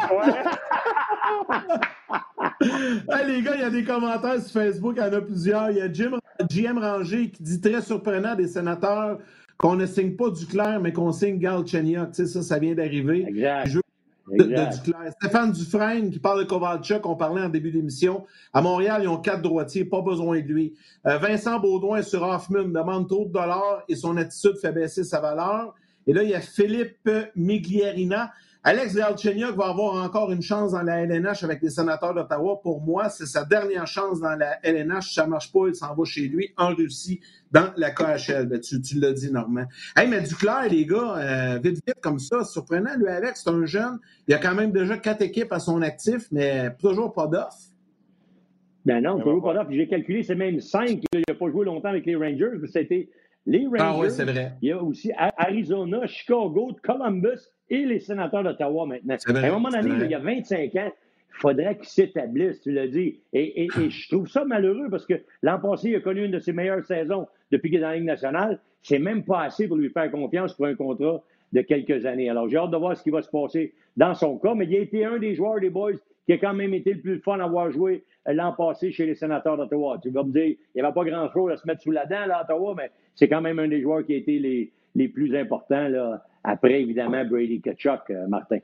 Hey, les gars, il y a des commentaires sur Facebook, il y en a plusieurs. Il y a JM Ranger qui dit très surprenant des sénateurs qu'on ne signe pas Duclair, mais qu'on signe Galchenyuk. Tu sais, ça vient d'arriver. Exact. De Duclair. Stéphane Dufresne qui parle de Kovalchuk, on parlait en début d'émission. À Montréal, ils ont 4 droitiers, pas besoin de lui. Vincent Baudouin sur Hoffman demande trop de dollars et son attitude fait baisser sa valeur. Et là, il y a Philippe Miglierina. Alex Galchenyuk va avoir encore une chance dans la LNH avec les sénateurs d'Ottawa. Pour moi, c'est sa dernière chance dans la LNH. Si ça ne marche pas, il s'en va chez lui en Russie dans la KHL. Ben, tu l'as dit, Normand. Hey, mais Duclair, les gars, vite comme ça, surprenant. Lui, Alex, c'est un jeune. Il a quand même déjà 4 équipes à son actif, mais toujours pas d'offre. Ben non, toujours pas d'offre. J'ai calculé, c'est même 5. Il n'a pas joué longtemps avec les Rangers, mais c'était les Rangers. Ah oui, c'est vrai. Il y a aussi Arizona, Chicago, Columbus et les sénateurs d'Ottawa maintenant. Vrai, à un moment donné, il y a 25 ans, il faudrait qu'il s'établisse, tu l'as dit. Et je trouve ça malheureux parce que l'an passé, il a connu une de ses meilleures saisons depuis qu'il est dans la Ligue nationale. C'est même pas assez pour lui faire confiance pour un contrat de quelques années. Alors, j'ai hâte de voir ce qui va se passer dans son cas, mais il a été un des joueurs des Boys qui a quand même été le plus fun à avoir joué l'an passé chez les sénateurs d'Ottawa. Tu vas me dire, il n'y avait pas grand-chose à se mettre sous la dent là, à Ottawa, mais c'est quand même un des joueurs qui a été les plus importants, là, après, évidemment, Brady Tkachuk, Martin.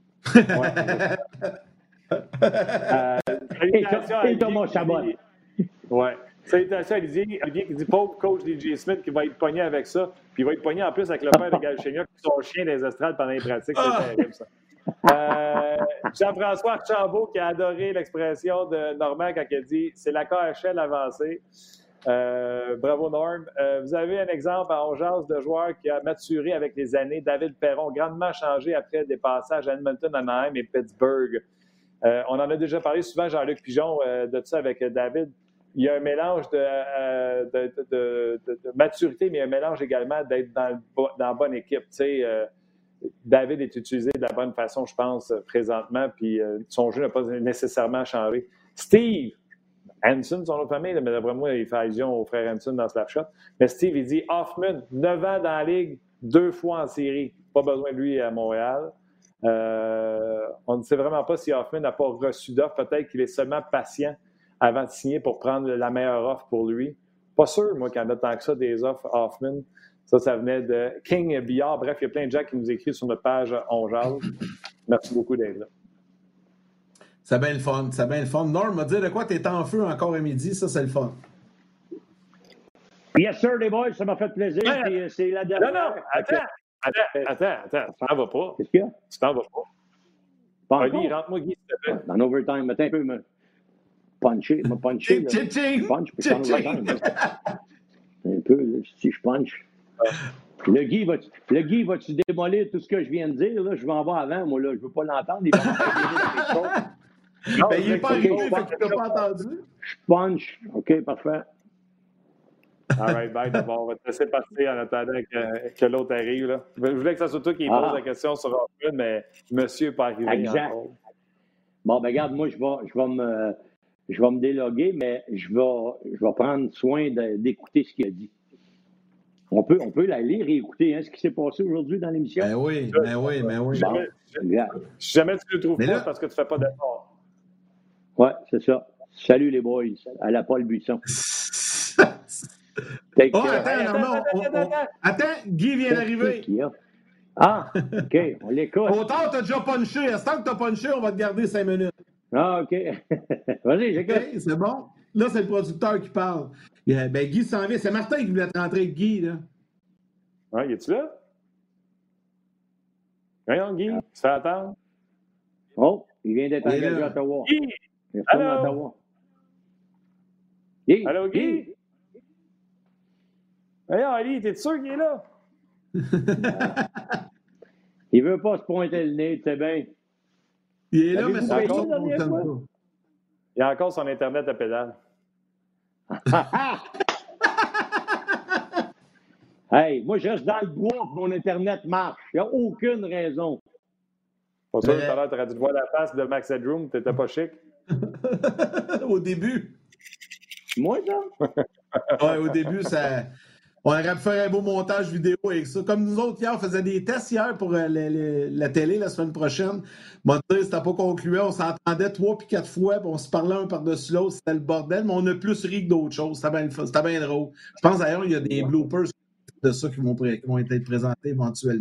Et Thomas Chabot. Oui. Salutations à Olivier qui dit pauvre coach DJ Smith qui va être pogné avec ça. Puis il va être pogné en plus avec le père de Galchenyuk qui son chien des estrades pendant les pratiques. C'est terrible, ça. Jean-François Archambault qui a adoré l'expression de Normand quand il a dit c'est la KHL avancée. Bravo Norm. Vous avez un exemple à Ongeance de joueur qui a maturé avec les années. David Perron, grandement changé après des passages à Edmonton, Anaheim et Pittsburgh. On en a déjà parlé souvent, Jean-Luc Pigeon, de ça avec David. Il y a un mélange de maturité, mais un mélange également d'être dans la bonne équipe. Tu sais, David est utilisé de la bonne façon, je pense, présentement, puis son jeu n'a pas nécessairement changé. Steve Hanson, son autre famille, mais d'après moi, il fait allusion au frère Hanson dans Slapshot. Mais Steve, il dit Hoffman, 9 ans dans la Ligue, 2 fois en série. Pas besoin de lui à Montréal. On ne sait vraiment pas si Hoffman n'a pas reçu d'offre. Peut-être qu'il est seulement patient avant de signer pour prendre la meilleure offre pour lui. Pas sûr, moi, qu'il y en a tant que ça, des offres Hoffman. Ça venait de King Billard. Bref, il y a plein de gens qui nous écrivent sur notre page On Jase. Merci beaucoup d'être là. C'est bien le fun, c'est bien le fun. Norm m'a dit de quoi t'es en feu encore à midi, ça c'est le fun. Yes sir, les boys, ça m'a fait plaisir. Puis, c'est la dernière. Non, attends. Tu t'en vas pas. Qu'est-ce qu'il y a? Tu t'en vas pas. Ali, rentre-moi Guy, s'il te plaît. Dans l'overtime, attends un peu, me puncher. Je punch, puis en overtime. Un peu, là, si je punch. Le Guy va-tu démolir tout ce que je viens de dire? Là? Je vais en voir avant, moi, là. Je veux pas l'entendre. Il va ben, il n'est pas arrivé, fait qu'il t'a pas entendu. Je punch. OK, parfait. All right, bye d'abord. On va te laisser passer en attendant que l'autre arrive. Là. Je voulais que ça soit toi qui pose la question sur Hoffman, mais monsieur n'est pas arrivé. Exact. Bon, ben regarde, moi, je vais me déloguer, mais je vais prendre soin d'écouter ce qu'il a dit. On peut la lire et écouter ce qui s'est passé aujourd'hui dans l'émission. Ben oui. Bon, si jamais tu le trouves pas, parce que tu ne fais pas d'effort. Oui, c'est ça. Salut les boys. À la Paul Buisson. Attends, Guy vient d'arriver. Ah, OK, on l'écoute. Autant t'as déjà punché. À ce temps que t'as punché, on va te garder 5 minutes. Ah, OK. Vas-y, j'écoute. OK, c'est bon. Là, c'est le producteur qui parle. Ben, Guy s'en vient. C'est Martin qui voulait te rentrer avec Guy, là. Ouais, es-tu là? Voyons, Guy, tu fais attendre. Oh, il vient d'être engagé à Ottawa. Guy! Il retourne à Ottawa. Guy! Allô, Guy? Voyons, Ali, t'es sûr qu'il est là? Il veut pas se pointer le nez, tu sais bien. Il est là, mais ça il a encore son Internet à pédale. Hey, moi, je reste dans le bois pour mon Internet marche. Il n'y a aucune raison. Pour ça, tout à l'heure, tu aurais dû voir la face de Max Headroom. T'étais pas chic. Au début. Moi, ça? Ouais, au début, ça... On aurait pu faire un beau montage vidéo avec ça. Comme nous autres, hier, on faisait des tests hier pour la télé la semaine prochaine. Bon, c'était pas concluant. On s'entendait 3 puis 4 fois, puis on se parlait un par-dessus l'autre. C'était le bordel, mais on a plus ri que d'autres choses. C'était bien drôle. Je pense d'ailleurs qu'il y a des bloopers de ça qui vont être présentés éventuellement.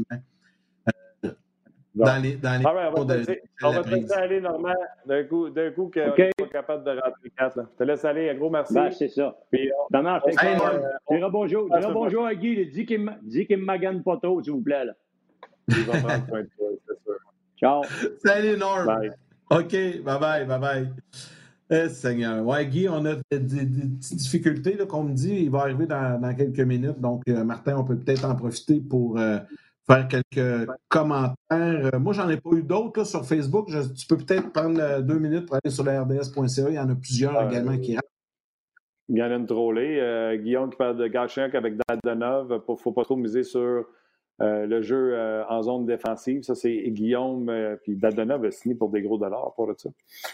Dans les on va te laisser aller, Normand, d'un coup qu'on n'est pas capable de rentrer 4. Là. Je te laisse aller. Un gros merci. Ben, c'est ça. Puis, ça marche. Diras bonjour à Guy. Dis qu'il ne me magane pas trop, s'il vous plaît. Là. Il va prendre soin de toi, c'est sûr. Ciao. Salut, Norm. Bye. OK. Bye-bye. Seigneur. Ouais, Guy, on a des petites difficultés là, qu'on me dit. Il va arriver dans quelques minutes. Donc, Martin, on peut peut-être en profiter pour... faire quelques commentaires. Moi, j'en ai pas eu d'autres là, sur Facebook. Tu peux peut-être prendre 2 minutes pour aller sur la RDS.ca. Il y en a plusieurs également qui rentrent. Il y en a une drôlée. Guillaume qui parle de Galchenyuk avec Dadonov. Il ne faut pas trop miser sur le jeu en zone défensive. Ça, c'est Guillaume. Puis Dadonov a signé pour des gros dollars pour ça.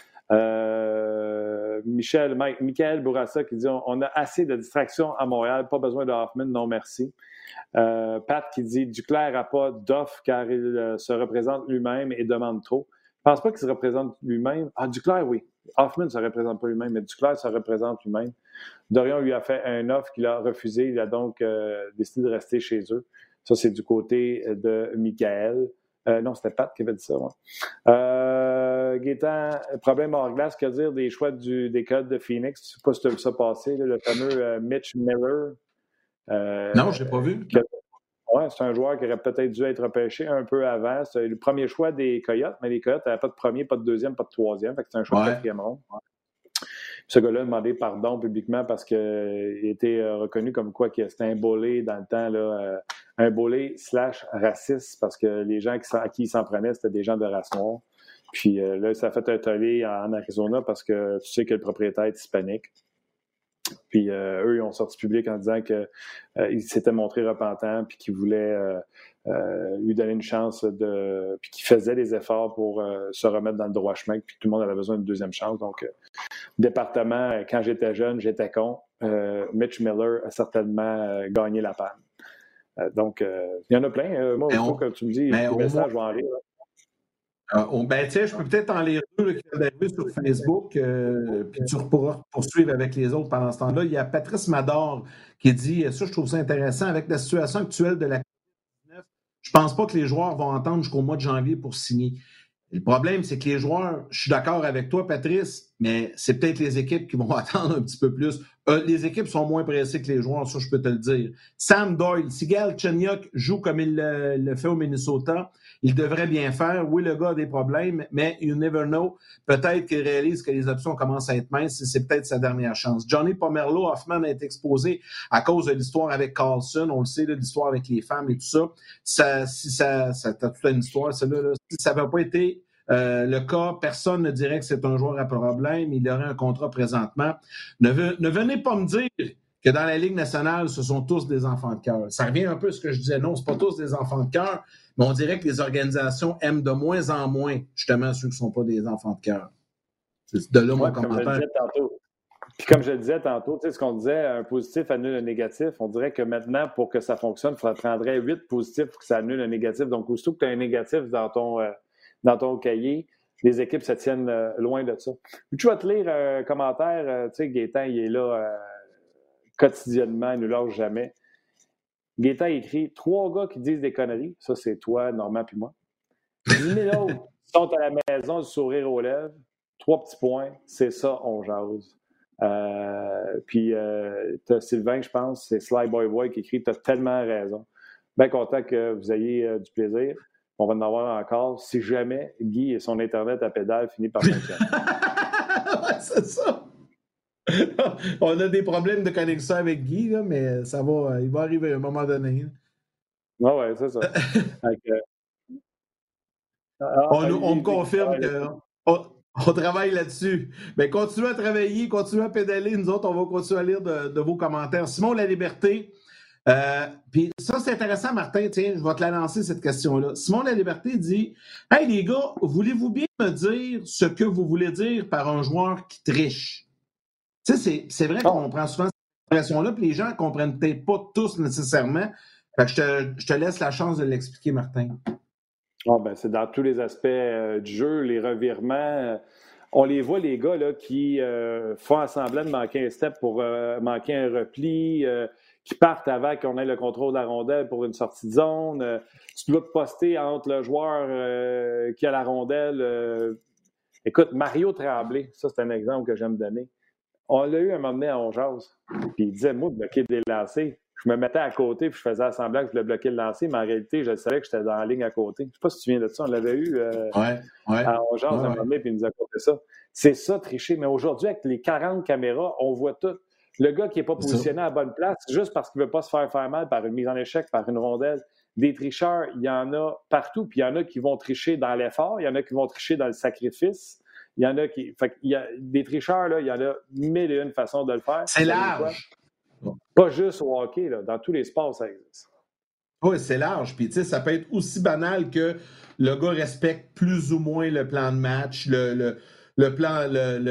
Michael Bourassa qui dit on a assez de distractions à Montréal. Pas besoin de Hoffman. Non, merci. Pat qui dit Duclair n'a pas d'offre car il se représente lui-même et demande trop. Je ne pense pas qu'il se représente lui-même. Ah, Duclair, oui. Hoffman ne se représente pas lui-même, mais Duclair se représente lui-même. Dorion lui a fait un offre qu'il a refusé. Il a donc décidé de rester chez eux. Ça, c'est du côté de Michael. Non, c'était Pat qui avait dit ça. Ouais. Gaétan, problème hors glace, que dire des choix des codes de Phoenix? Je ne sais pas si tu as vu ça passer, là, le fameux Mitch Miller. Non, je n'ai pas vu. Oui, c'est un joueur qui aurait peut-être dû être repêché un peu avant. C'est le premier choix des Coyotes, mais les Coyotes n'avaient pas de premier, pas de deuxième, pas de troisième. Fait que c'est un choix de 4e ronde. Ouais. Ce gars-là a demandé pardon publiquement parce qu'il était reconnu comme quoi que c'était un bully dans le temps, là, un bully / raciste parce que les gens à qui il s'en prenait, c'était des gens de race noire. Puis là, ça a fait un tollé en Arizona parce que tu sais que le propriétaire est hispanique. Puis eux, ils ont sorti public en disant qu'il s'était montré repentant puis qu'ils voulaient lui donner une chance puis qu'il faisait des efforts pour se remettre dans le droit chemin puis tout le monde avait besoin d'une deuxième chance. Donc, département, quand j'étais jeune, j'étais con. Mitch Miller a certainement gagné la panne. Donc, il y en a plein. Moi, il faut que tu me dis le message, je vais en lire. Je peux peut-être en lire deux qui viennent d'arriver sur Facebook, puis tu pourras poursuivre avec les autres pendant ce temps-là. Il y a Patrice Mador qui dit, ça, je trouve ça intéressant, avec la situation actuelle de la COVID-19, je ne pense pas que les joueurs vont attendre jusqu'au mois de janvier pour signer. Le problème, c'est que les joueurs, je suis d'accord avec toi, Patrice, mais c'est peut-être les équipes qui vont attendre un petit peu plus. Les équipes sont moins pressées que les joueurs, ça, je peux te le dire. Sam Doyle, si Galchenyuk joue comme il le fait au Minnesota, il devrait bien faire. Oui, le gars a des problèmes, mais you never know. Peut-être qu'il réalise que les options commencent à être minces et c'est peut-être sa dernière chance. Johnny Pomerleau, Hoffman a été exposé à cause de l'histoire avec Carlson. On le sait, là, l'histoire avec les femmes et tout ça. Ça t'as toute une histoire, celle-là. Là. Si ça n'avait pas été le cas, personne ne dirait que c'est un joueur à problème. Il aurait un contrat présentement. Ne venez pas me dire que dans la Ligue nationale, ce sont tous des enfants de cœur. Ça revient un peu à ce que je disais. Non, ce pas tous des enfants de cœur, mais on dirait que les organisations aiment de moins en moins, justement, ceux qui ne sont pas des enfants de cœur. C'est de là mon commentaire. Puis comme je le disais tantôt, tu sais, ce qu'on disait, un positif annule un négatif, on dirait que maintenant, pour que ça fonctionne, il prendrait 8 positifs pour que ça annule un négatif. Donc, aussitôt que tu as un négatif dans ton cahier, les équipes se tiennent loin de ça. Puis, je vais te lire un commentaire. Tu sais, Gaétan, il est là quotidiennement, il ne lâche jamais. Gaétan écrit « 3 gars qui disent des conneries. » Ça, c'est toi, Normand, puis moi. 10 000 autres sont à la maison du sourire aux lèvres. 3 petits points. C'est ça, on jase. Puis, tu as Sylvain, je pense, c'est Sly Boy Boy qui écrit « T'as tellement raison. » Bien content que vous ayez du plaisir. On va en avoir encore si jamais Guy et son Internet à pédale finit par fonctionner. C'est ça. On a des problèmes de connexion avec Guy, là, mais ça va, il va arriver à un moment donné. Oui, c'est ça. On me confirme qu'on travaille là-dessus. Mais continuez à travailler, continuez à pédaler. Nous autres, on va continuer à lire de vos commentaires. Simon La Liberté, puis ça, c'est intéressant, Martin. Tiens, je vais te la lancer, cette question-là. Simon La Liberté dit « Hey, les gars, voulez-vous bien me dire ce que vous voulez dire par un joueur qui triche? » Tu sais, c'est vrai qu'on prend souvent cette expression-là, puis les gens ne comprennent peut-être pas tous nécessairement. Fait que je te laisse la chance de l'expliquer, Martin. C'est dans tous les aspects du jeu, les revirements. On les voit, les gars là, qui font semblant de manquer un step pour manquer un repli, qui partent avant qu'on ait le contrôle de la rondelle pour une sortie de zone. Tu dois te poster entre le joueur qui a la rondelle. Écoute, Mario Tremblay, ça c'est un exemple que j'aime donner. On l'a eu un moment donné à On jase, puis il disait, moi, de bloquer des lancers. Je me mettais à côté puis je faisais semblant que je voulais bloquer le lancer, mais en réalité, je savais que j'étais dans la ligne à côté. Je ne sais pas si tu viens de ça. On l'avait eu à On jase un moment donné, puis il nous a compté ça. C'est ça, tricher. Mais aujourd'hui, avec les 40 caméras, on voit tout. Le gars qui n'est pas positionné à la bonne place, juste parce qu'il ne veut pas se faire mal par une mise en échec, par une rondelle. Des tricheurs, il y en a partout. Puis il y en a qui vont tricher dans l'effort, il y en a qui vont tricher dans le sacrifice. Il y en a qui. Fait il y a des tricheurs, là, il y en a 1001 façons de le faire. C'est large. Pas juste au hockey, là, dans tous les sports, ça existe. Oui, c'est large. Puis, tu sais, ça peut être aussi banal que le gars respecte plus ou moins le plan de match, le plan,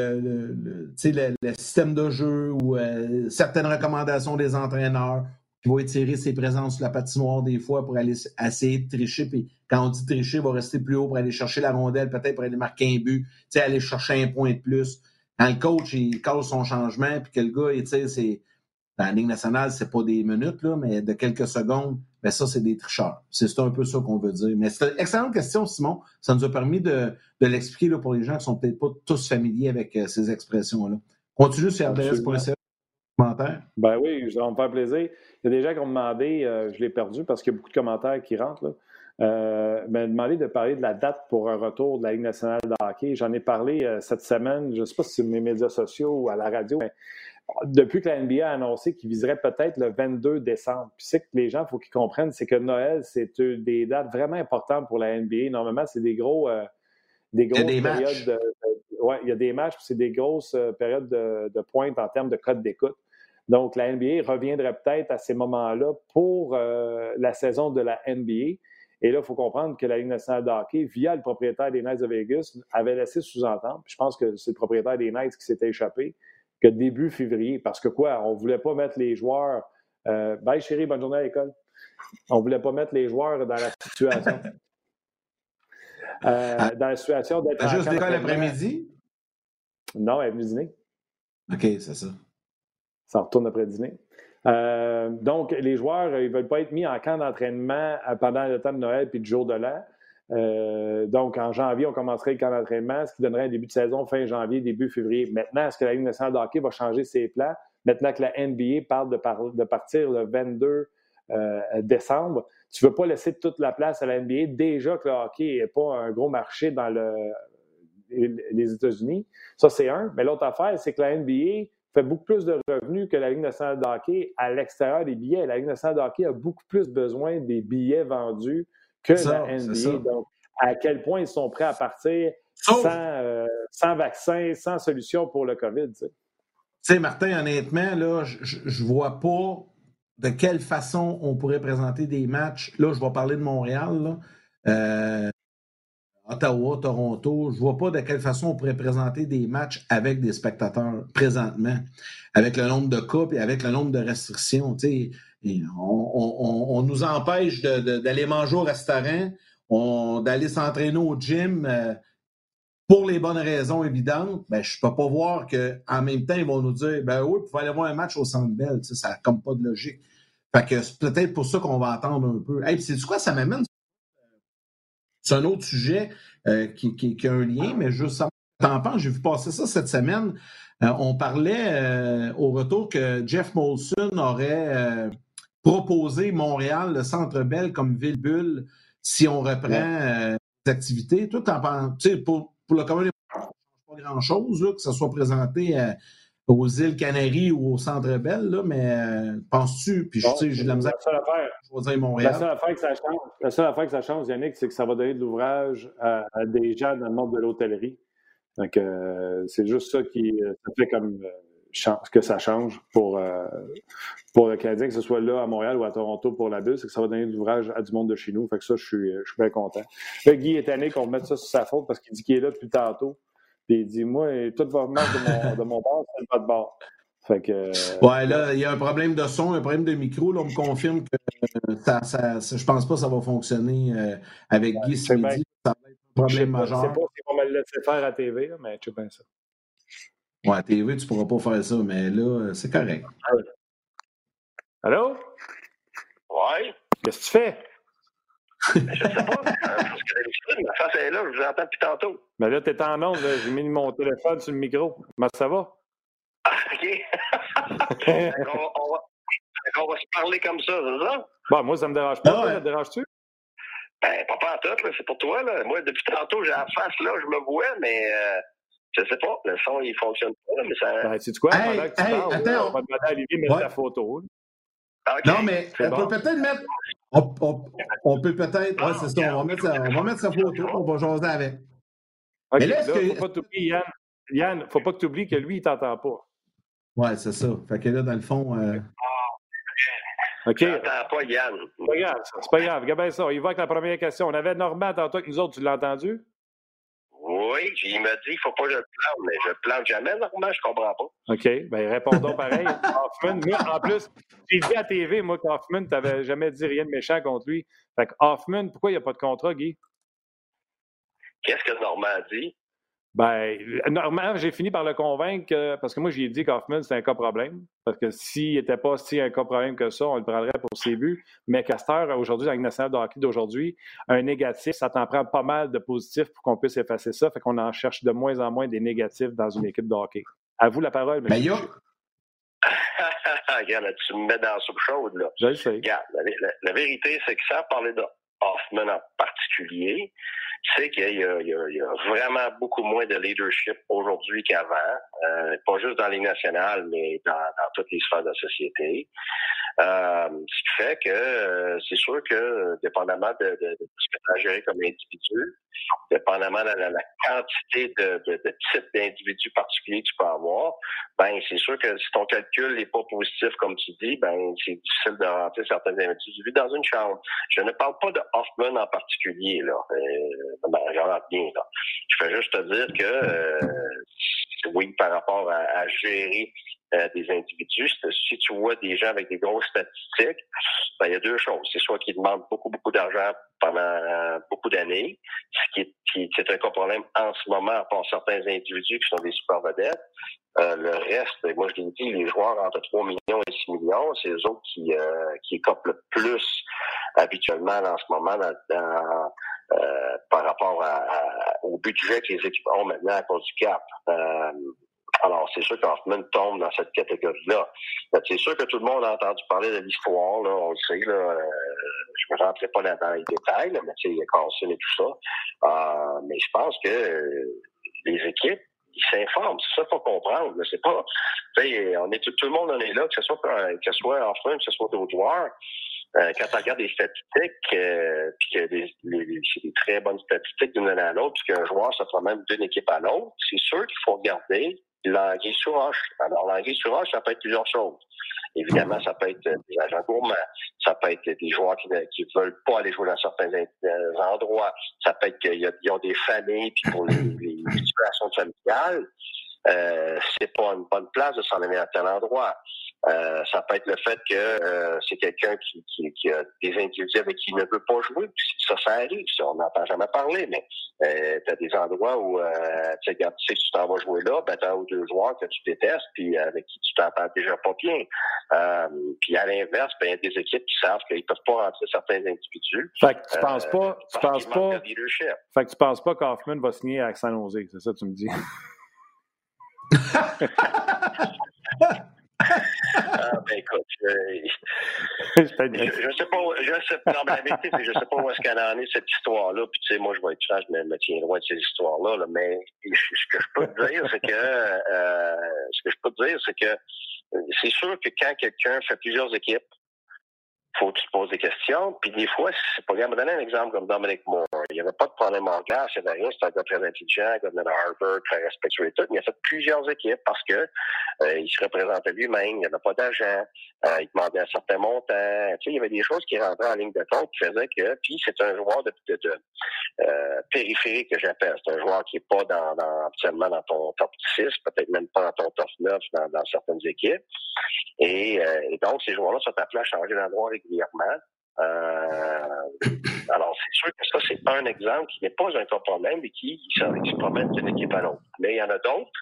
le système de jeu ou certaines recommandations des entraîneurs qui vont étirer ses présences sur la patinoire des fois pour aller essayer de tricher. Puis, quand on dit tricher, il va rester plus haut pour aller chercher la rondelle, peut-être pour aller marquer un but, tu sais, aller chercher un point de plus. Quand le coach, il cause son changement, puis que le gars, tu sais, c'est. Dans la Ligue nationale, c'est pas des minutes, là, mais de quelques secondes, ben ça, c'est des tricheurs. C'est un peu ça qu'on veut dire. Mais c'est une excellente question, Simon. Ça nous a permis de l'expliquer là, pour les gens qui sont peut-être pas tous familiers avec ces expressions-là. Continue sur RDS.ca. Commentaires. Ben oui, ça va me faire plaisir. Il y a des gens qui ont demandé, je l'ai perdu parce qu'il y a beaucoup de commentaires qui rentrent, là. Demandé de parler de la date pour un retour de la Ligue nationale de hockey. J'en ai parlé cette semaine, je ne sais pas si c'est sur mes médias sociaux ou à la radio, mais depuis que la NBA a annoncé qu'il viserait peut-être le 22 décembre. Puis c'est que les gens, il faut qu'ils comprennent, c'est que Noël, c'est des dates vraiment importantes pour la NBA. Normalement, c'est des grosses périodes. Il y a des matchs, puis c'est des grosses périodes de pointe en termes de code d'écoute. Donc, la NBA reviendrait peut-être à ces moments-là pour la saison de la NBA. Et là, il faut comprendre que la Ligue nationale de hockey, via le propriétaire des Knights de Vegas, avait laissé sous-entendre, puis je pense que c'est le propriétaire des Knights qui s'était échappé, que début février. Parce que quoi? On ne voulait pas mettre les joueurs... bye chérie, bonne journée à l'école. On ne voulait pas mettre les joueurs dans la situation. dans la situation d'être... T'as juste l'école l'après-midi? Non, elle est venue dîner. OK, c'est ça. Ça retourne après dîner. Donc, les joueurs, ils ne veulent pas être mis en camp d'entraînement pendant le temps de Noël puis le jour de l'an. Donc, en janvier, on commencerait le camp d'entraînement, ce qui donnerait un début de saison fin janvier, début février. Maintenant, est-ce que la Ligue nationale de hockey va changer ses plans? Maintenant que la NBA parle de partir le 22 décembre, tu ne veux pas laisser toute la place à la NBA. Déjà que le hockey n'est pas un gros marché dans les États-Unis. Ça, c'est un. Mais l'autre affaire, c'est que la NBA fait beaucoup plus de revenus que la Ligue nationale de hockey à l'extérieur des billets. La Ligue nationale de hockey a beaucoup plus besoin des billets vendus que la NBA. Donc, à quel point ils sont prêts à partir sans vaccin, sans solution pour le COVID. Tu sais, Martin, honnêtement, là, je vois pas de quelle façon on pourrait présenter des matchs. Là, je vais parler de Montréal, là. Ottawa, Toronto, je vois pas de quelle façon on pourrait présenter des matchs avec des spectateurs présentement, avec le nombre de cas et avec le nombre de restrictions. On nous empêche d'aller manger au restaurant, d'aller s'entraîner au gym pour les bonnes raisons évidentes. Ben, je peux pas voir qu'en même temps, ils vont nous dire ben oui, vous pouvez aller voir un match au Centre Bell. Ça n'a comme pas de logique. Fait que c'est peut-être pour ça qu'on va attendre un peu. Hey, c'est quoi, ça m'amène? C'est un autre sujet qui a un lien, mais juste ça. T'en penses, j'ai vu passer ça cette semaine. On parlait au retour que Jeff Molson aurait proposé Montréal, le Centre Bell, comme ville-bulle, si on reprend les activités. Toi, t'en penses, tu sais, pour le commun des pas grand-chose, là, que ça soit présenté aux îles Canaries ou au Centre Bell, là, mais penses-tu, puis je sais, j'ai de la misère à choisir Montréal. La seule affaire que ça change, Yannick, c'est que ça va donner de l'ouvrage à des gens dans le monde de l'hôtellerie. Donc, c'est juste ça qui ça fait comme que ça change pour le Canadien, que ce soit là à Montréal ou à Toronto pour la bulle, c'est que ça va donner de l'ouvrage à du monde de chez nous. Fait que ça, je suis bien content. Là, Guy est tanné qu'on remette ça sur sa faute parce qu'il dit qu'il est là depuis tantôt. Puis il dit, moi, tout va remettre de mon bord, c'est le de bord. Fait que, ouais, là, il y a un problème de son, un problème de micro. Là, on me confirme que je pense pas que ça va fonctionner avec Guy ce midi. Ça va être un problème majeur. Je ne sais pas si on va me laisser faire à TV, là, mais tu sais bien ça. Ouais, à TV, tu pourras pas faire ça, mais là, c'est correct. Allô? Ouais. Qu'est-ce que tu fais? Je sais pas. Parce que d'habitude, ma face est là, je vous entends depuis tantôt. Mais là, t'es en onde, j'ai mis mon téléphone sur le micro. Comment ça va? Ah, OK. on va se parler comme ça, c'est ça? Bon, moi, ça me dérange pas. Ça te dérange-tu? Ben, pas en tout, là, c'est pour toi. Là. Moi, depuis tantôt, j'ai la face, là, je me vois, mais je sais pas, le son, il fonctionne pas. Là, mais ça... Ben, sais-tu quoi? Pendant que tu parles, attends, on va demander à Olivier de mettre ta photo. Okay. Non, mais on peut peut-être mettre... On peut peut-être... Ouais, c'est ça, on va mettre sa photo, on va jaser avec. OK, mais là, faut pas t'oublier, Yann, faut pas que tu oublies que lui, il t'entend pas. Ouais, c'est ça. Fait que là, dans le fond... OK. J'entends pas Yann. C'est pas grave. Regarde bien ça. Il va avec la première question. On avait Normand tantôt avec nous autres. Tu l'as entendu? Oui, il m'a dit qu'il ne faut pas que je plante, mais je plante jamais, Normand, je comprends pas. OK. Bien, répondons pareil. Hoffman, moi, en plus, j'ai dit à TV, moi, qu'Hoffman, tu n'avais jamais dit rien de méchant contre lui. Fait que Hoffman, pourquoi il n'y a pas de contrat, Guy? Qu'est-ce que Normand a dit? Ben, normalement, j'ai fini par le convaincre parce que moi, j'ai dit qu'Hoffman, c'était un cas problème. Parce que s'il n'était pas si un cas problème que ça, on le prendrait pour ses buts. Mais Castor, aujourd'hui, dans la Ligue nationale de hockey d'aujourd'hui, un négatif, ça t'en prend pas mal de positifs pour qu'on puisse effacer ça. Fait qu'on en cherche de moins en moins des négatifs dans une équipe de hockey. À vous la parole, M. Regarde, tu me mets dans la soupe chaude, là. Je le sais. Regarde, la vérité, c'est que sans parler de Hoffman en particulier, c'est qu'il y a vraiment beaucoup moins de leadership aujourd'hui qu'avant, pas juste dans les nationales, mais dans toutes les sphères de la société. Ce qui fait que c'est sûr que, dépendamment de ce que tu as géré comme individu, dépendamment de la quantité de types d'individus particuliers que tu peux avoir, ben c'est sûr que si ton calcul n'est pas positif, comme tu dis, ben c'est difficile de rentrer certains individus dans une chambre. Je ne parle pas de Hoffman en particulier, là. J'en rentre bien, là. Je fais juste te dire que oui, par rapport à gérer des individus, si tu vois des gens avec des grosses statistiques, ben, il y a deux choses. C'est soit qu'ils demandent beaucoup, beaucoup d'argent pendant beaucoup d'années, ce qui est un cas problème en ce moment pour certains individus qui sont des super vedettes. Le reste, moi je l'ai dit, les joueurs entre 3 millions et 6 millions, c'est eux autres qui écopent le plus habituellement en ce moment par rapport au budget que les équipes ont maintenant à cause du cap. Alors, c'est sûr qu'Hoffman tombe dans cette catégorie-là. C'est sûr que tout le monde a entendu parler de l'histoire, là, on le sait, là. Je me rentrerai pas dans les détails, là, mais il y a Carlson et tout ça. Mais je pense que les équipes, ils s'informent. C'est ça qu'il faut comprendre. Là. C'est pas, on est tout le monde en est là, que ce soit Hoffman, que ce soit d'autres joueurs. Quand tu regardes les statistiques, puis que c'est des très bonnes statistiques d'une année à l'autre, puis qu'un joueur se promène d'une équipe à l'autre, c'est sûr qu'il faut regarder l'anguille sous roche. Alors, l'anguille sous roche, ça peut être plusieurs choses. Évidemment, ça peut être des agents gourmands, ça peut être des joueurs qui veulent pas aller jouer dans certains endroits, ça peut être qu'ils ont des familles, puis pour les situations familiales, c'est pas une bonne place de s'en aller à tel endroit. Ça peut être le fait que c'est quelqu'un qui a des individus avec qui il ne veut pas jouer. Ça arrive. On n'entend jamais parler, mais tu as des endroits où tu sais que tu t'en vas jouer là, ben tu as 1 ou 2 joueurs que tu détestes puis avec qui tu t'entends déjà pas bien. Puis à l'inverse, ben il y a des équipes qui savent qu'ils peuvent pas rentrer certains individus. Fait que tu penses pas qu'Hoffman va signer avec San Jose, c'est ça que tu me dis? Ben écoute, je sais pas, non, mais la vérité, c'est que je sais pas où est-ce qu'elle en est, cette histoire-là, puis tu sais, moi, je vais être franc, je me tiens loin de ces histoires-là, là, mais ce que je peux te dire, c'est que c'est sûr que quand quelqu'un fait plusieurs équipes, faut que tu te poses des questions. Puis des fois, c'est pas grave. Je vais donner un exemple comme Dominic Moore. Il n'y avait pas de problème en glace, il n'y avait rien. C'est un gars très intelligent, un gars de Harvard, très respectueux et tout. Mais il a fait plusieurs équipes parce que il se représentait lui-même, il n'y avait pas d'agent, il demandait un certain montant. Tu sais, il y avait des choses qui rentraient en ligne de compte qui faisaient que. Puis c'est un joueur de périphérique que j'appelle. C'est un joueur qui n'est pas habituellement dans ton top 6, peut-être même pas dans ton top 9 dans certaines équipes. Et donc, ces joueurs-là sont appelés à changer d'endroit régulièrement. Alors, c'est sûr que ça, c'est un exemple qui n'est pas un cas problème, mais qui se promène d'une équipe à l'autre. Mais il y en a d'autres.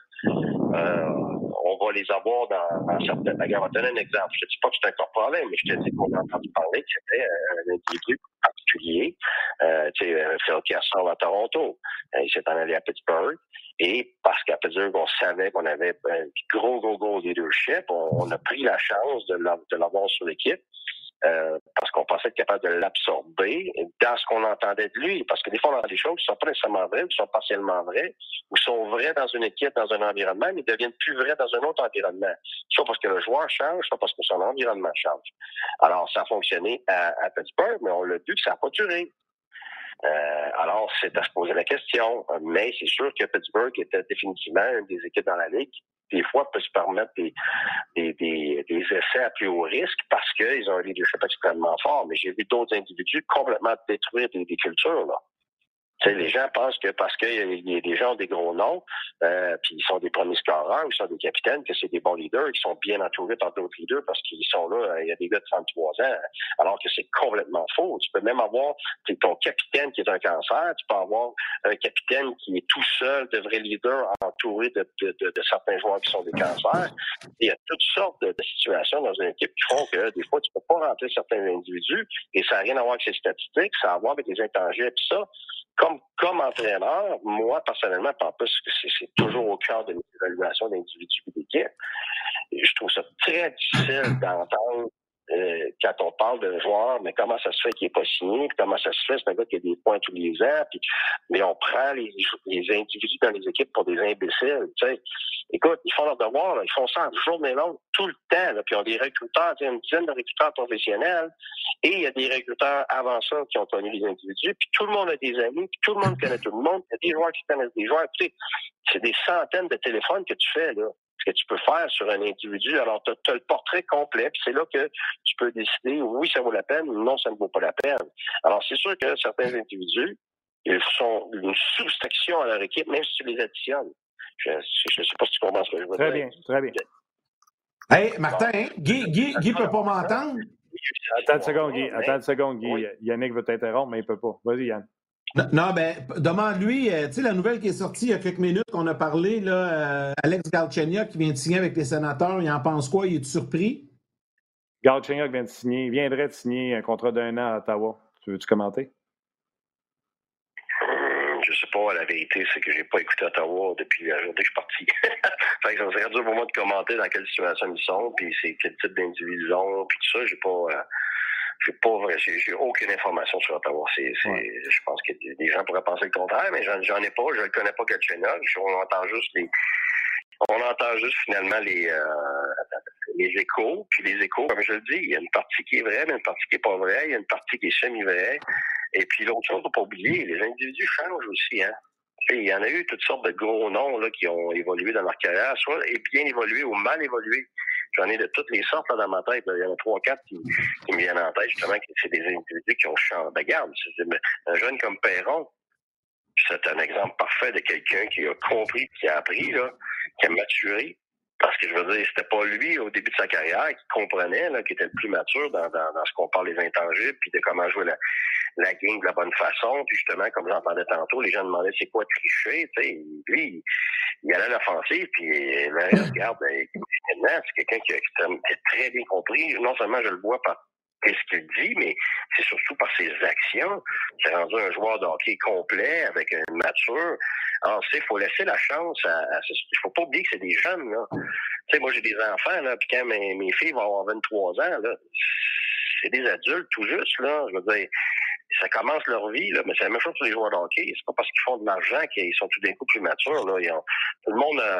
On va les avoir dans certaines. Regarde, on va donner un exemple. Je te dis pas que c'est un cas problème, mais je te dis qu'on a entendu parler que c'était un individu particulier. Tu sais, Phil Kessel à Toronto. Il s'est en allé à Pittsburgh. Et parce qu'à Pittsburgh, on savait qu'on avait un gros leadership, on a pris la chance de l'avoir sur l'équipe. Parce qu'on pensait être capable de l'absorber dans ce qu'on entendait de lui. Parce que des fois, on entend des choses qui sont pas nécessairement vraies, qui sont partiellement vraies, ou sont vraies dans une équipe, dans un environnement, mais deviennent plus vraies dans un autre environnement. Soit parce que le joueur change, soit parce que son environnement change. Alors, ça a fonctionné à Pittsburgh, mais on l'a vu que ça n'a pas duré. Alors, c'est à se poser la question. Mais c'est sûr que Pittsburgh était définitivement une des équipes dans la Ligue des fois peut se permettre des essais à plus haut risque parce qu'ils ont un leadership extrêmement fort. Mais j'ai vu d'autres individus complètement détruire des cultures, là. Tu sais, les gens pensent que parce qu'il y a des gens ont des gros noms, puis ils sont des premiers scoreurs, ils sont des capitaines, que c'est des bons leaders, qui sont bien entourés par d'autres leaders parce qu'ils sont là, il y a des gars de 33 ans, alors que c'est complètement faux. Tu peux même avoir ton capitaine qui est un cancer, tu peux avoir un capitaine qui est tout seul, de vrais leaders, entouré de certains joueurs qui sont des cancers. Et il y a toutes sortes de situations dans une équipe qui font que des fois, tu peux pas rentrer certains individus, et ça n'a rien à voir avec ces statistiques, ça a à voir avec les intangibles, puis ça. Comme entraîneur, moi, personnellement, en plus, c'est toujours au cœur de mes évaluations d'individus et d'équipe. Je trouve ça très difficile d'entendre quand on parle d'un joueur, mais comment ça se fait qu'il n'est pas signé, puis comment ça se fait, c'est un gars qui a des points tous les ans, puis mais on prend les individus dans les équipes pour des imbéciles, tu sais. Écoute, ils font leur devoir, là, ils font ça en journée longue, tout le temps, là, puis ils ont des recruteurs, une dizaine de recruteurs professionnels, et il y a des recruteurs avant ça qui ont connu les individus, puis tout le monde a des amis, puis tout le monde connaît tout le monde, il y a des joueurs qui connaissent des joueurs, tu sais, c'est des centaines de téléphones que tu fais, là. Ce que tu peux faire sur un individu. Alors, tu as le portrait complet, puis c'est là que tu peux décider, oui, ça vaut la peine, ou non, ça ne vaut pas la peine. Alors, c'est sûr que certains individus, ils sont une soustraction à leur équipe, même si tu les additionnes. Je ne sais pas si tu comprends ce que je veux dire. Très bien. Hey, Martin, Guy peut pas m'entendre? Attends une seconde, Guy. Oui. Yannick veut t'interrompre, mais il ne peut pas. Vas-y, Yann. Non, ben, demande-lui, tu sais, la nouvelle qui est sortie il y a quelques minutes qu'on a parlé, là, Alex Galchenyuk qui vient de signer avec les Sénateurs, il en pense quoi? Il est surpris? Galchenyuk viendrait de signer un contrat d'1 an à Ottawa. Tu veux-tu commenter? Je sais pas, la vérité, c'est que j'ai pas écouté Ottawa depuis la journée que je suis parti. Fait que ça serait dur pour moi de commenter dans quelle situation ils sont, puis c'est quel type d'individu ils ont, puis tout ça, j'ai aucune information sur Ottawa. Je pense que des gens pourraient penser le contraire, mais j'en ai pas, je le connais pas Galchenyuk. On entend juste finalement les échos. Puis les échos, comme je le dis, il y a une partie qui est vraie, mais une partie qui est pas vraie. Il y a une partie qui est semi-vraie. Et puis l'autre chose, faut pas oublier, les individus changent aussi, hein. Il y en a eu toutes sortes de gros noms là, qui ont évolué dans leur carrière, soit bien évolué ou mal évolué. J'en ai de toutes les sortes là, dans ma tête. Là. Il y en a 3-4 qui me viennent en tête, justement, que c'est des individus qui ont changé. Ben, regarde, un jeune comme Perron, c'est un exemple parfait de quelqu'un qui a compris, qui a appris, là, qui a maturé. Parce que je veux dire, c'était pas lui, au début de sa carrière, qui comprenait, là, qui était le plus mature dans ce qu'on parle des intangibles, puis de comment jouer la game de la bonne façon. Puis justement, comme j'entendais tantôt, les gens demandaient c'est quoi tricher. Tu sais, lui, il allait à l'offensive, puis regarde, c'est quelqu'un qui a très bien compris. Non seulement je le vois par ce qu'il dit, mais c'est surtout par ses actions. C'est rendu un joueur de hockey complet, avec une mature. Alors, il faut laisser la chance il faut pas oublier que c'est des jeunes, là. Tu sais, moi, j'ai des enfants, là, puis quand mes filles vont avoir 23 ans, là, c'est des adultes tout juste, là. Je veux dire, ça commence leur vie, là, mais c'est la même chose pour les joueurs de hockey. C'est pas parce qu'ils font de l'argent qu'ils sont tout d'un coup plus matures, là. Tout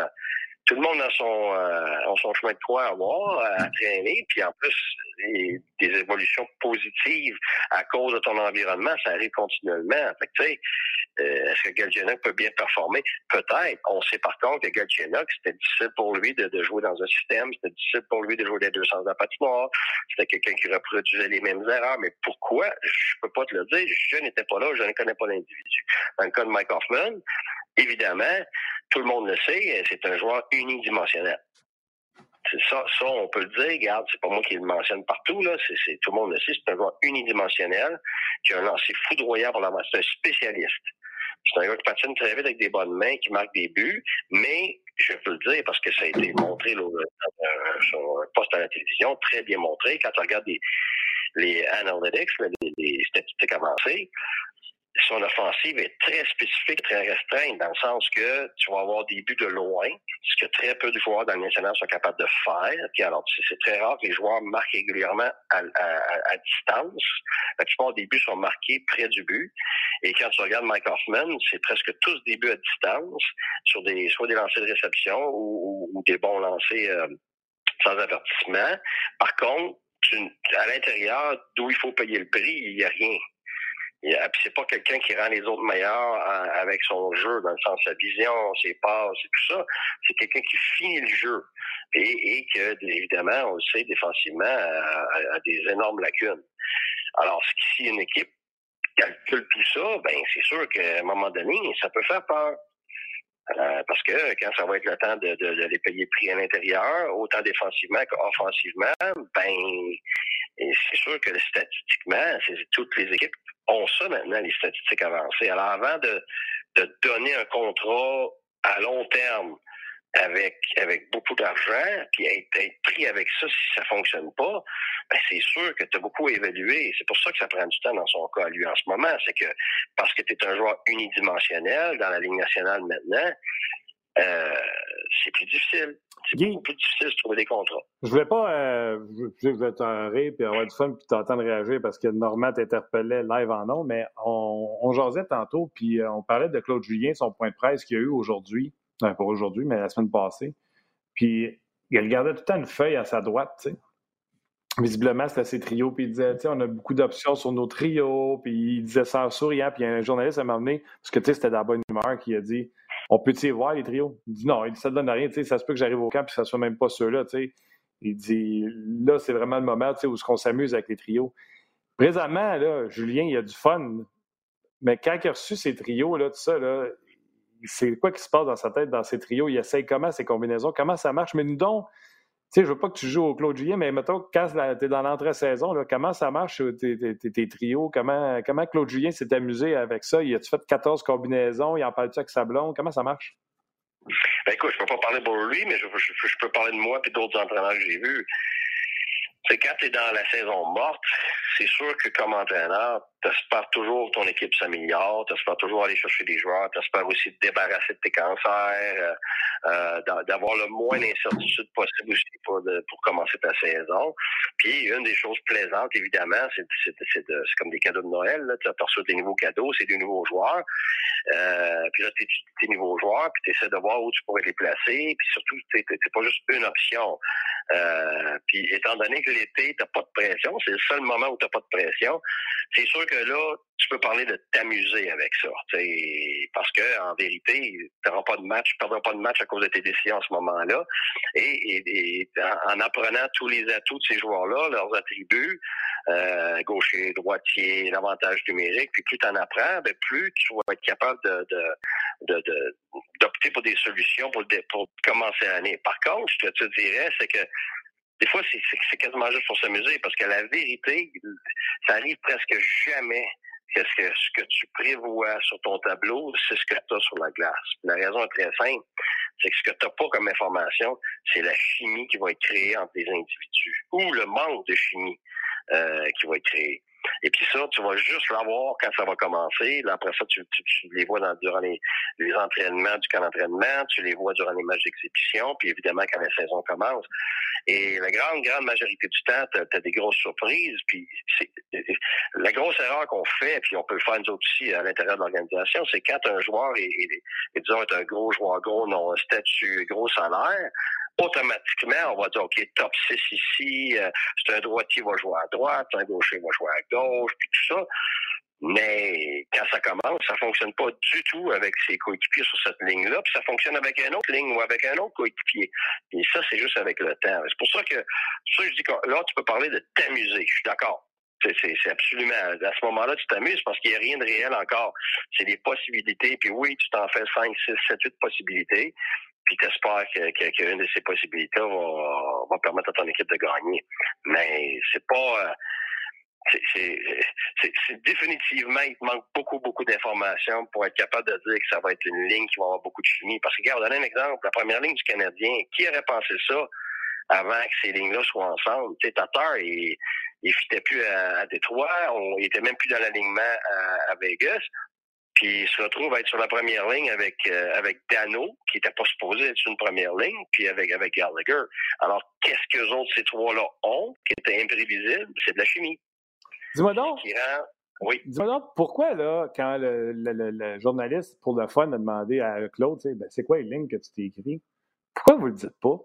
le monde a son chemin de croix à avoir, à traîner, puis en plus, des évolutions positives à cause de ton environnement, ça arrive continuellement. Fait que, tu sais, est-ce que Galchenyuk peut bien performer? Peut-être. On sait par contre que Galchenyuk, c'était difficile pour lui de jouer dans un système, c'était difficile pour lui de jouer les deux sens de la patinoire, c'était quelqu'un qui reproduisait les mêmes erreurs, mais pourquoi? Je peux pas te le dire, je n'étais pas là, je ne connais pas l'individu. Dans le cas de Mike Hoffman, évidemment, tout le monde le sait, c'est un joueur unidimensionnel. C'est ça, on peut le dire, regarde, c'est pas moi qui le mentionne partout, là, tout le monde le sait, c'est un joueur unidimensionnel qui a un lancer foudroyant pour la main. C'est un spécialiste. C'est un gars qui patine très vite avec des bonnes mains, qui marque des buts, mais je peux le dire parce que ça a été montré là, sur un poste à la télévision, très bien montré. Quand tu regardes les analytics, les statistiques avancées, son offensive est très spécifique, très restreinte, dans le sens que tu vas avoir des buts de loin, ce que très peu de joueurs dans le national sont capables de faire. Puis alors, c'est très rare que les joueurs marquent régulièrement à distance. La plupart des buts sont marqués près du but. Et quand tu regardes Mike Hoffman, c'est presque tous des buts à distance, sur soit des lancers de réception ou des bons lancers sans avertissement. Par contre, à l'intérieur, d'où il faut payer le prix, il n'y a rien. Puis c'est pas quelqu'un qui rend les autres meilleurs avec son jeu, dans le sens sa vision, ses passes et tout ça. C'est quelqu'un qui finit le jeu et que, évidemment, on le sait, défensivement, a des énormes lacunes. Alors, si une équipe calcule tout ça, ben c'est sûr qu'à un moment donné, ça peut faire peur. Parce que quand ça va être le temps de les payer le prix à l'intérieur, autant défensivement qu'offensivement, ben c'est sûr que statistiquement, toutes les équipes ont ça maintenant, les statistiques avancées. Alors avant de donner un contrat à long terme avec beaucoup d'argent, puis être pris avec ça si ça fonctionne pas, ben c'est sûr que tu as beaucoup évalué. C'est pour ça que ça prend du temps dans son cas, lui, en ce moment. C'est que parce que tu es un joueur unidimensionnel dans la Ligue nationale maintenant, c'est plus difficile. C'est beaucoup plus difficile de trouver des contrats. Je voulais pas je vais t'en rire puis avoir du fun puis t'entendre réagir parce que Normand t'interpellait live en ondes, mais on jasait tantôt puis on parlait de Claude Julien, son point de presse qu'il y a eu aujourd'hui. Pas aujourd'hui, mais la semaine passée. Puis il regardait tout le temps une feuille à sa droite, tu sais. Visiblement, c'était ses trios, puis il disait, tu sais, on a beaucoup d'options sur nos trios, puis il disait ça en souriant, puis un journaliste à un moment donné, parce que, tu sais, c'était de la bonne humeur, qui a dit, on peut-y voir les trios? Il dit, non, il dit, ça ne donne rien, tu sais, ça se peut que j'arrive au camp, puis ça ne soit même pas ceux-là, tu sais. Il dit, là, c'est vraiment le moment, tu sais, où on s'amuse avec les trios. Présentement, là, Julien, il a du fun, mais quand il a reçu ces trios, là, tout ça, là, c'est quoi qui se passe dans sa tête, dans ces trios? Il essaye comment, ces combinaisons? Comment ça marche? Mais nous donc, sais, je veux pas que tu joues au Claude Julien, mais mettons, quand tu es dans l'entre-saison, là, comment ça marche, tes trios? Comment Claude Julien s'est amusé avec ça? Il a-tu fait 14 combinaisons? Il en parle-tu avec sa blonde? Comment ça marche? Ben écoute, je peux pas parler pour lui, mais je peux parler de moi et d'autres entraîneurs que j'ai vus. C'est quand tu es dans la saison morte, c'est sûr que comme entraîneur, tu espères toujours que ton équipe s'améliore, tu espères toujours aller chercher des joueurs, tu espères aussi te débarrasser de tes cancers, d'avoir le moins d'incertitude possible aussi pour commencer ta saison. Puis une des choses plaisantes, évidemment, c'est comme des cadeaux de Noël. Tu as reçu des nouveaux cadeaux, c'est des nouveaux joueurs. Puis là, tu étudies tes nouveaux joueurs, puis tu essaies de voir où tu pourrais les placer. Puis surtout, c'est pas juste une option. Puis étant donné que l'été, t'as pas de pression, c'est le seul moment où t'as pas de pression, c'est sûr que là, tu peux parler de t'amuser avec ça. Parce que en vérité, tu perdras pas de match à cause de tes décisions à ce moment-là. Et en apprenant tous les atouts de ces joueurs-là, leurs attributs, gaucher, droitier, l'avantage numérique, puis plus tu en apprends, ben plus tu vas être capable d'opter pour des solutions pour commencer l'année. Par contre, ce que je te dirais, c'est que des fois, c'est quasiment juste pour s'amuser, parce que la vérité, ça arrive presque jamais que ce que tu prévois sur ton tableau, c'est ce que tu as sur la glace. La raison est très simple, c'est que ce que tu n'as pas comme information, c'est la chimie qui va être créée entre les individus, ou le manque de chimie qui va être créé. Et puis ça, tu vas juste l'avoir quand ça va commencer. Là, après ça, tu les vois durant les entraînements du camp d'entraînement, tu les vois durant les matchs d'exhibition, puis évidemment quand la saison commence. Et la grande majorité du temps, t'as des grosses surprises. Puis la grosse erreur qu'on fait, puis on peut le faire nous autres aussi à l'intérieur de l'organisation, c'est quand un joueur est disons, est un gros joueur, gros nom, un statut, gros salaire, automatiquement, on va dire, OK, top 6 ici, c'est un droitier va jouer à droite, un gaucher va jouer à gauche, puis tout ça. Mais quand ça commence, ça fonctionne pas du tout avec ses coéquipiers sur cette ligne-là, puis ça fonctionne avec une autre ligne ou avec un autre coéquipier. Et ça, c'est juste avec le temps. C'est pour ça que je dis que là, tu peux parler de t'amuser. Je suis d'accord. C'est absolument... À ce moment-là, tu t'amuses parce qu'il n'y a rien de réel encore. C'est des possibilités, puis oui, tu t'en fais 5, 6, 7, 8 possibilités, puis tu espères qu'une de ces possibilités va permettre à ton équipe de gagner. Mais c'est pas... C'est définitivement, il te manque beaucoup d'informations pour être capable de dire que ça va être une ligne qui va avoir beaucoup de chimie. Parce que, regarde, donne un exemple. La première ligne du Canadien, qui aurait pensé ça avant que ces lignes-là soient ensemble? Tu sais, Tatar, il fitait plus à Détroit, il était même plus dans l'alignement à Vegas. Puis il se retrouve à être sur la première ligne avec Dano, qui n'était pas supposé être sur une première ligne, puis avec Gallagher. Alors, qu'est-ce que les autres, ces trois-là, ont, qui était imprévisible? C'est de la chimie. Dis-moi donc, oui. Dis-moi donc, pourquoi, là, quand le journaliste, pour le fun, a demandé à Claude, c'est quoi les lignes que tu t'es écrit? Pourquoi vous le dites pas?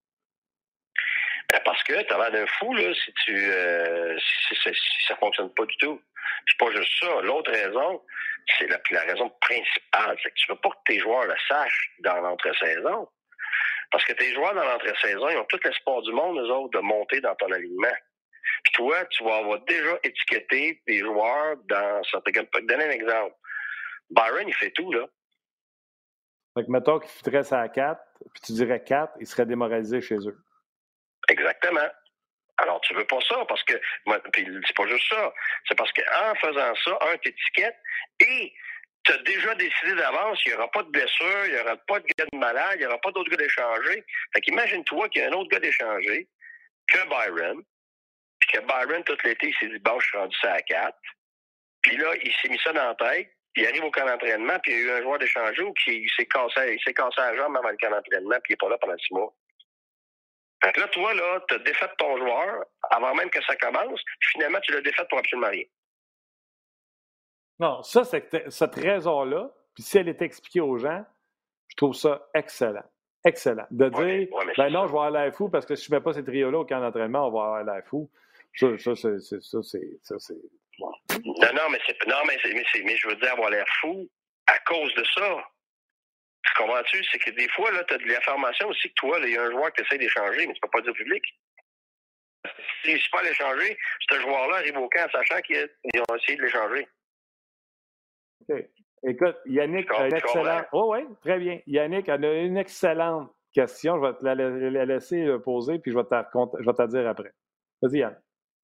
Parce que tu as l'air d'un fou, là, si ça fonctionne pas du tout. C'est pas juste ça. L'autre raison, c'est la raison principale, c'est que tu veux pas que tes joueurs le sachent dans l'entre-saison. Parce que tes joueurs dans l'entre-saison, ils ont tout l'espoir du monde, eux autres, de monter dans ton alignement. Puis toi, tu vas avoir déjà étiqueté tes joueurs dans certains... Pour te donner un exemple. Byron, il fait tout, là. Fait que mettons qu'il fitterait ça à 4, puis tu dirais 4, il serait démoralisé chez eux. Exactement. Alors, tu veux pas ça, parce que... Puis c'est pas juste ça. C'est parce qu'en faisant ça, t'étiquettes et tu as déjà décidé d'avance, il n'y aura pas de blessure, il n'y aura pas de gars de malade, il n'y aura pas d'autres gars d'échangés. Fait qu'imagine-toi qu'il y a un autre gars d'échangé que Byron, puis que Byron, tout l'été, il s'est dit, bon, je suis rendu ça à 4. Puis là, il s'est mis ça dans la tête, puis il arrive au camp d'entraînement, puis il y a eu un joueur d'échangé qui s'est cassé la jambe avant le camp d'entraînement, puis il n'est pas là pendant 6 mois. Fait que là, toi, là, tu as défait ton joueur avant même que ça commence, puis finalement, tu l'as défait pour absolument rien. Non, ça, c'est cette raison-là, puis si elle est expliquée aux gens, je trouve ça excellent. Excellent. De dire, non, je vais avoir l'air fou parce que si je ne mets pas ces trios-là au camp d'entraînement, on va avoir l'air fou. Ça, c'est... Bon. Non, mais je veux dire avoir l'air fou à cause de ça. Tu comprends-tu? C'est que des fois, là, tu as de l'information aussi que toi, il y a un joueur que tu essaies d'échanger, mais tu ne peux pas dire au public. Si tu ne peux pas l'échanger, ce joueur-là arrive au camp sachant qu'ils ont essayé de l'échanger. OK. Écoute, Yannick a une excellente... Oui, très bien. Yannick a une excellente question. Je vais te la laisser poser, puis je vais te dire après. Vas-y, Yann.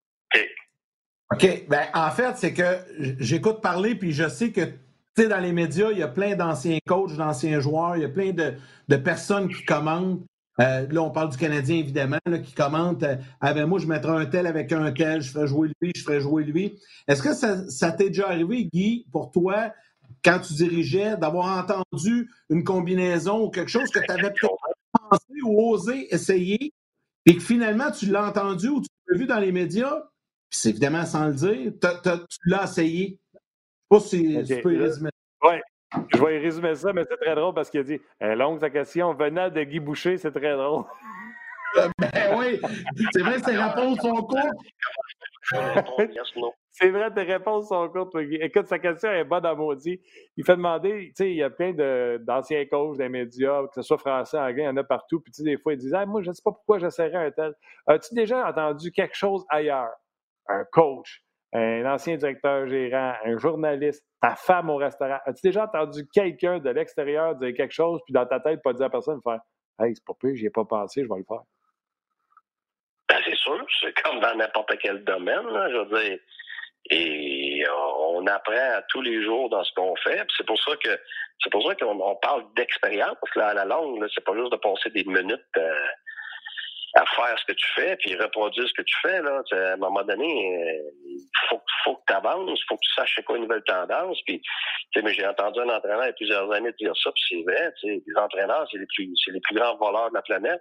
OK. Ben, en fait, c'est que j'écoute parler, puis je sais que, tu sais, dans les médias, il y a plein d'anciens coachs, d'anciens joueurs, il y a plein de personnes qui commentent. Là, on parle du Canadien, évidemment, là, qui commentent avec moi, je mettrai un tel avec un tel, je ferai jouer lui, je ferai jouer lui. Est-ce que ça t'est déjà arrivé, Guy, pour toi, quand tu dirigeais, d'avoir entendu une combinaison ou quelque chose que tu avais peut-être pensé ou osé essayer, et que finalement, tu l'as entendu ou tu l'as vu dans les médias, puis c'est évidemment sans le dire, tu l'as essayé? Je ne sais pas si tu peux y résumer. Oui, je vais y résumer ça, mais c'est très drôle parce qu'il a dit longue ta question, venant de Guy Boucher, c'est très drôle. Ben oui, c'est vrai, ses réponses sont courtes. C'est vrai, tes réponses sont courtes. Écoute, sa question est bonne à maudit. Il fait demander, tu sais, il y a plein d'anciens coachs des médias, que ce soit français, anglais, il y en a partout. Puis, tu sais, des fois, ils disent moi, je ne sais pas pourquoi j'essaierais un tel. As-tu déjà entendu quelque chose ailleurs? Un coach, un ancien directeur gérant, un journaliste, ta femme au restaurant. As-tu déjà entendu quelqu'un de l'extérieur dire quelque chose, puis dans ta tête, pas dire à personne, faire hey, c'est pas pire, j'y ai pas pensé, je vais le faire? Ben, c'est sûr, c'est comme dans n'importe quel domaine, là, je veux dire. Et on apprend à tous les jours dans ce qu'on fait. Puis c'est pour ça qu'on parle d'expérience, parce que là, à la longue, là, c'est pas juste de passer des minutes à faire ce que tu fais, puis reproduire ce que tu fais. Là. À un moment donné, il faut que tu avances, il faut que tu saches c'est quoi une nouvelle tendance. Puis, mais j'ai entendu un entraîneur il y a plusieurs années dire ça, puis c'est vrai. Les entraîneurs, c'est les plus grands voleurs de la planète.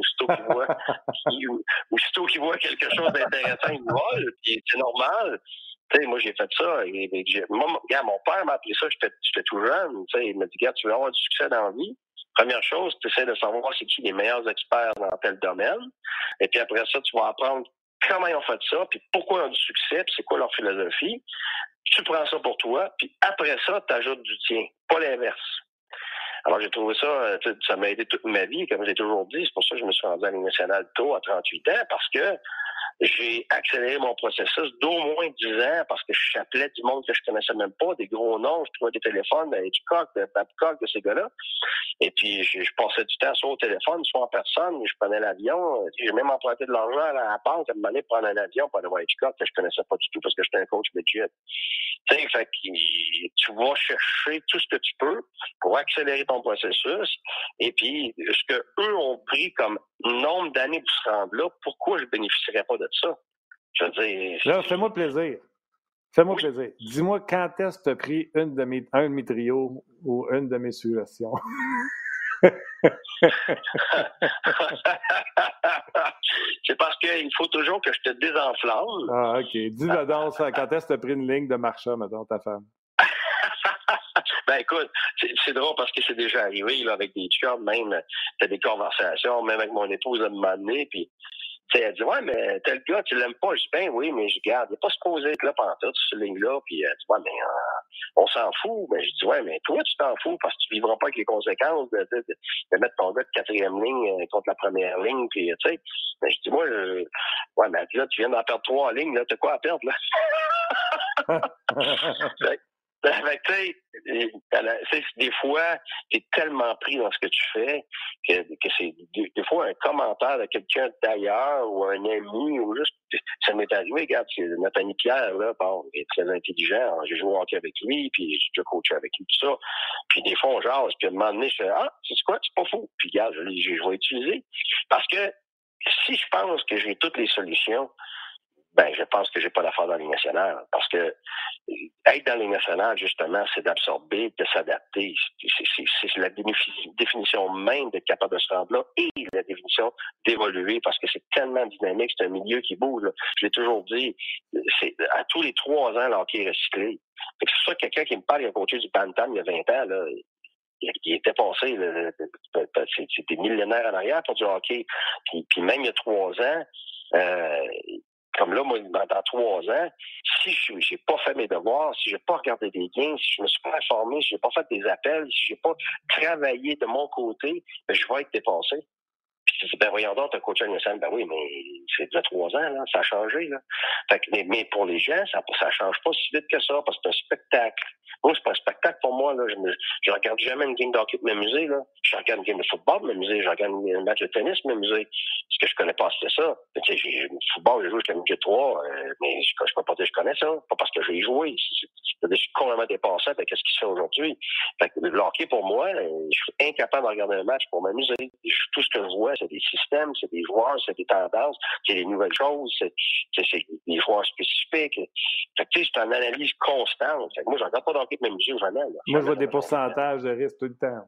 Aussitôt qu'ils voient quelque chose d'intéressant, ils volent, puis c'est normal. Moi, j'ai fait ça. Mon père m'a appris ça, j'étais tout jeune. Il m'a dit, regarde, tu veux avoir du succès dans la vie? Première chose, tu essaies de savoir c'est qui les meilleurs experts dans tel domaine. Et puis après ça, tu vas apprendre comment ils ont fait ça, puis pourquoi ils ont du succès, puis c'est quoi leur philosophie. Tu prends ça pour toi, puis après ça, tu ajoutes du tien, pas l'inverse. Alors, j'ai trouvé ça m'a aidé toute ma vie, comme j'ai toujours dit. C'est pour ça que je me suis rendu à la Ligue nationale tôt, à 38 ans, parce que j'ai accéléré mon processus d'au moins 10 ans parce que j'appelais du monde que je connaissais même pas, des gros noms, je trouvais des téléphones d'Hitchcock, de Babcock, de ces gars-là. Et puis, je passais du temps soit au téléphone, soit en personne, je prenais l'avion. J'ai même emprunté de l'argent à la banque à me demander de prendre un avion pour aller voir Hitchcock que je connaissais pas du tout parce que j'étais un coach legit. Fait que tu vas chercher tout ce que tu peux pour accélérer ton processus. Et puis, ce que eux ont pris comme nombre d'années pour se rendre là, pourquoi je bénéficierais pas de ça? Je veux dire... Là, fais-moi plaisir. Fais-moi plaisir. Dis-moi quand est-ce que tu as pris un de mes trios ou une de mes suggestions? C'est parce qu'il faut toujours que je te désenflamme. Ah, OK. Dis-le donc, quand est-ce que tu as pris une ligne de Marchand, mettons, ta femme? Ben écoute, c'est drôle parce que c'est déjà arrivé là, avec des chums, même t'as des conversations, même avec mon épouse à un moment donné, puis elle dit ouais, mais tel gars, tu l'aimes pas? Je dis ben oui, mais je garde, il n'est pas supposé être là pendant toute cette ligne-là, puis elle dit ouais, mais on s'en fout. Ben je dis ouais, mais toi, tu t'en fous parce que tu vivras pas avec les conséquences de mettre ton gars de quatrième ligne contre la première ligne, puis tu sais. Ben je dis moi, ouais, mais là, tu viens d'en perdre 3 lignes, là, t'as quoi à perdre, là? Tu sais, des fois, tu es tellement pris dans ce que tu fais que c'est des fois un commentaire de quelqu'un d'ailleurs ou un ami ou juste ça m'est arrivé, regarde, c'est Nathaniel Pierre, là, bon, il est très intelligent, j'ai joué au hockey avec lui, puis j'ai déjà coaché avec lui, tout ça. Puis des fois, on jase, puis à un moment donné, je fais c'est quoi, c'est pas fou. Puis regarde, je vais utiliser. Parce que si je pense que j'ai toutes les solutions, ben, je pense que j'ai pas d'affaire dans la Ligue nationale. Parce que être dans la Ligue nationale, justement, c'est d'absorber, de s'adapter. C'est la définition même d'être capable de se rendre là et la définition d'évoluer parce que c'est tellement dynamique, c'est un milieu qui bouge. Là. Je l'ai toujours dit, c'est à tous les 3 ans, l'hockey est recyclé. C'est ça que quelqu'un qui me parle, il a coaché du Bantam il y a 20 ans, là. Il était passé, c'est des millénaires en arrière pour du hockey. Puis même il y a 3 ans, comme là, moi, dans 3 ans, si j'ai pas fait mes devoirs, si j'ai pas regardé des games, si je me suis pas informé, si j'ai pas fait des appels, si j'ai pas travaillé de mon côté, ben, je vais être dépassé. Puis Tu dis, ben voyons donc, t'as coaché à l'USM. Ben oui, mais c'est déjà 3 ans, là, ça a changé, là. Fait que, mais pour les gens, ça change pas si vite que ça, parce que c'est un spectacle. Moi, c'est pas un spectacle pour moi, là. Je regarde jamais une game de hockey de m'amuser, là. Je regarde une game de football de m'amuser, je regarde un match de tennis de m'amuser. Ce que je connais pas, c'était ça. Tu sais, le football, j'ai joué jusqu'à milieu 3, mais je peux pas dire que je connais ça. Pas parce que j'ai joué. Je suis complètement dépassé avec ce qui se fait aujourd'hui. Fait que le hockey, pour moi, je suis incapable de regarder un match pour m'amuser. Tout ce que je vois, c'est des systèmes, c'est des joueurs, c'est des tendances, c'est des nouvelles choses, c'est des joueurs spécifiques. Fait que, tu sais, c'est une analyse constante. Fait que moi, je regarde pas d'hockey de m'amuser jamais. Moi, je vois des pourcentages de risque tout le temps.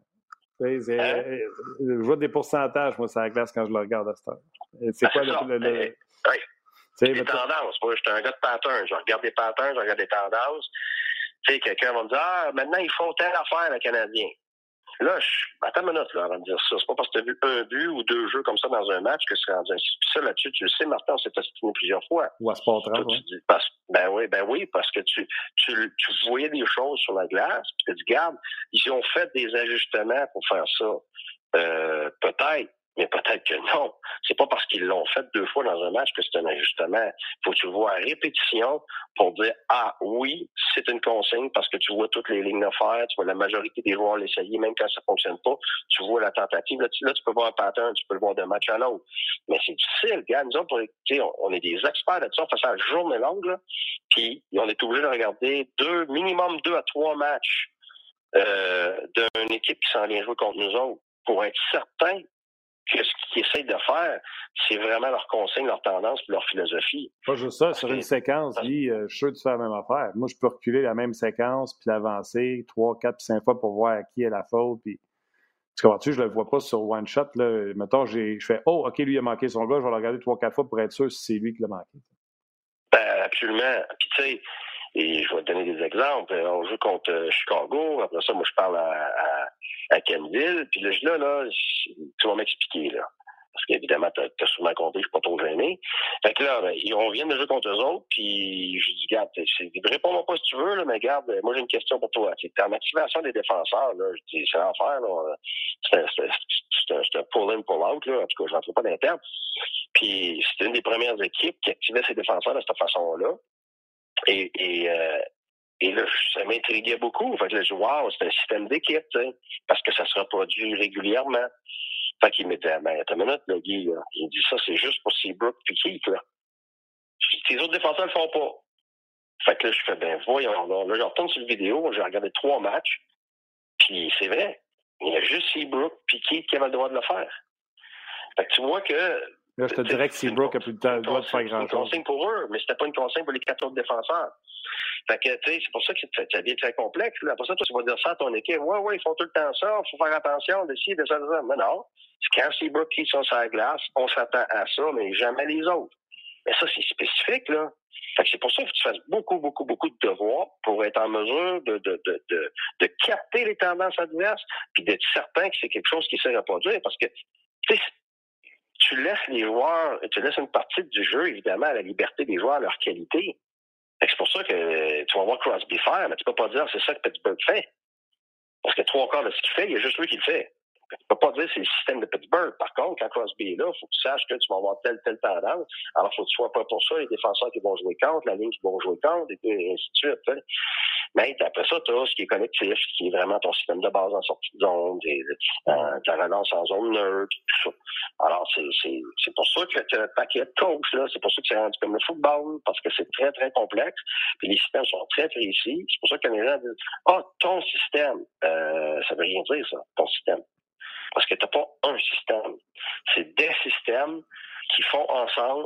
Je vois des pourcentages, moi, sur la glace quand je le regarde à cette heure. C'est quoi le... Oui. Les tendances. Moi, je suis un gars de pattern. Je regarde des patterns, je regarde des tendances. Tu sais, quelqu'un va me dire, maintenant, ils font telle affaire, le Canadien. Là, attends une minute, là, avant de dire ça. C'est pas parce que tu as vu un but ou 2 jeux comme ça dans un match que c'est rendu ainsi. Puis ça, là-dessus, tu le sais, Martin, on s'est ostiné plusieurs fois. Ou à Sport 30, Ben oui, parce que tu voyais des choses sur la glace, puis tu te dis, regarde, ils ont fait des ajustements pour faire ça. Peut-être. Mais peut-être que non. C'est pas parce qu'ils l'ont fait 2 fois dans un match que c'est un ajustement. Faut que tu le vois à répétition pour dire, ah oui, c'est une consigne parce que tu vois toutes les lignes de fer, tu vois la majorité des joueurs l'essayer, même quand ça fonctionne pas, tu vois la tentative. Là, tu peux voir un pattern, tu peux le voir d'un match à l'autre. Mais c'est difficile, gars. Nous autres, on est des experts de ça. On fait ça à journée longue, là. Puis, on est obligé de regarder minimum 2 à 3 matchs d'une équipe qui s'en vient jouer contre nous autres pour être certain que ce qu'ils essayent de faire, c'est vraiment leur consigne, leur tendance et leur philosophie. Pas juste ça, sur une séquence, je suis sûr que tu fais la même affaire. Moi, je peux reculer la même séquence puis l'avancer 3, 4, 5 fois pour voir à qui est la faute. Puis... Tu comprends-tu? Je ne le vois pas sur one shot. Là. Mettons, je fais, oh, OK, lui, il a manqué son gars, je vais le regarder 3, 4 fois pour être sûr si c'est lui qui l'a manqué. Ben, absolument. Puis, tu sais, et je vais te donner des exemples. On joue contre Chicago. Après ça, moi, je parle à Kenville. Puis là, tu vas m'expliquer, là. Parce qu'évidemment, t'as souvent compris, je suis pas trop gêné. Fait que là, on vient de jouer contre eux autres, puis je dis, regarde, réponds-moi pas si tu veux, là, mais regarde, moi, j'ai une question pour toi. T'es en activation des défenseurs, là. Je dis, c'est l'enfer, là. C'est un pull-in, pull-out, là. En tout cas, je rentrais pas d'interne. Puis, c'était une des premières équipes qui activait ses défenseurs de cette façon-là. Et là, ça m'intriguait beaucoup. Fait que là, je dis, wow, c'est un système d'équipe, tu sais, parce que ça se reproduit régulièrement. Fait qu'il me dit, attends une minute, là, Guy, là. Il me dit, ça, c'est juste pour Seabrook puis Keith, là. Tes autres défenseurs le font pas. Fait que là, je fais, voyons, là, je retourne sur le vidéo, j'ai regardé 3 matchs, puis c'est vrai, il y a juste Seabrook puis Keith qui avait le droit de le faire. Fait que tu vois que... Là, je te dirais que Seabrook a plus le droit de faire grand-chose. C'est une consigne pour eux, mais c'était pas une consigne pour les 4 autres défenseurs. Fait que, tu sais, c'est pour ça que ça devient très complexe. Là. Après ça, toi, tu vas dire ça à ton équipe. Ouais, ils font tout le temps ça. Il faut faire attention de ci, de ça, de ça. Mais non. C'est quand Seabrook qui sont sur la glace, on s'attend à ça, mais jamais les autres. Mais ça, c'est spécifique, là. Fait que c'est pour ça qu'il faut que tu fasses beaucoup, beaucoup, beaucoup de devoirs pour être en mesure de capter les tendances adverses puis d'être certain que c'est quelque chose qui sert à produire. Parce que, tu sais, tu laisses les joueurs, tu laisses une partie du jeu, évidemment, à la liberté des joueurs, à leur qualité. C'est pour ça que tu vas voir Crosby faire, mais tu peux pas dire c'est ça que Pittsburgh fait. Parce que 3/4 de ce qu'il fait, il y a juste lui qui le fait. Tu peux pas dire que c'est le système de Pittsburgh. Par contre, quand Crosby est là, il faut que tu saches que tu vas avoir telle tendance. Alors, il faut que tu sois pas pour ça, les défenseurs qui vont jouer contre, la ligne qui vont jouer contre, et ainsi de suite. T'sais. Mais après ça, tu as ce qui est connectif, qui est vraiment ton système de base en sortie de zone, ta relance en zone neutre, tout ça. Alors, c'est pour ça que tu as un paquet de coachs, là. C'est pour ça que c'est rendu comme le football, parce que c'est très, très complexe. Puis les systèmes sont très précis. C'est pour ça que les gens disent, ton système, ça veut rien dire, ça, ton système. Parce que tu n'as pas un système. C'est des systèmes qui font ensemble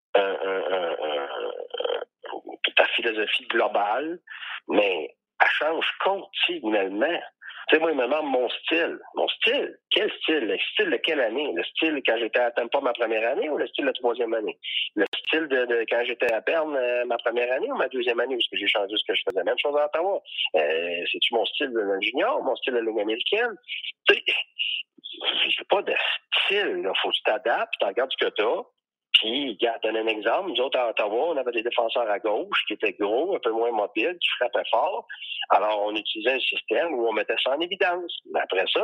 ta philosophie globale, mais elle change continuellement. Tu sais, moi, il me demande mon style. Mon style? Quel style? Le style de quelle année? Le style quand j'étais à Tampa ma première année ou le style de la 3e année? Le style de quand j'étais à Berne ma première annе ou ma 2e année? Parce que j'ai changé ce que je faisais. Même chose à Ottawa. C'est-tu mon style de junior, mon style de Ligue américaine? Tu sais, j'ai pas de style. Il faut que tu t'adaptes, tu regardes ce que tu as. Puis, regarde, donne un exemple. Nous autres, à Ottawa, on avait des défenseurs à gauche qui étaient gros, un peu moins mobiles, qui frappaient fort. Alors, on utilisait un système où on mettait ça en évidence. Mais après ça,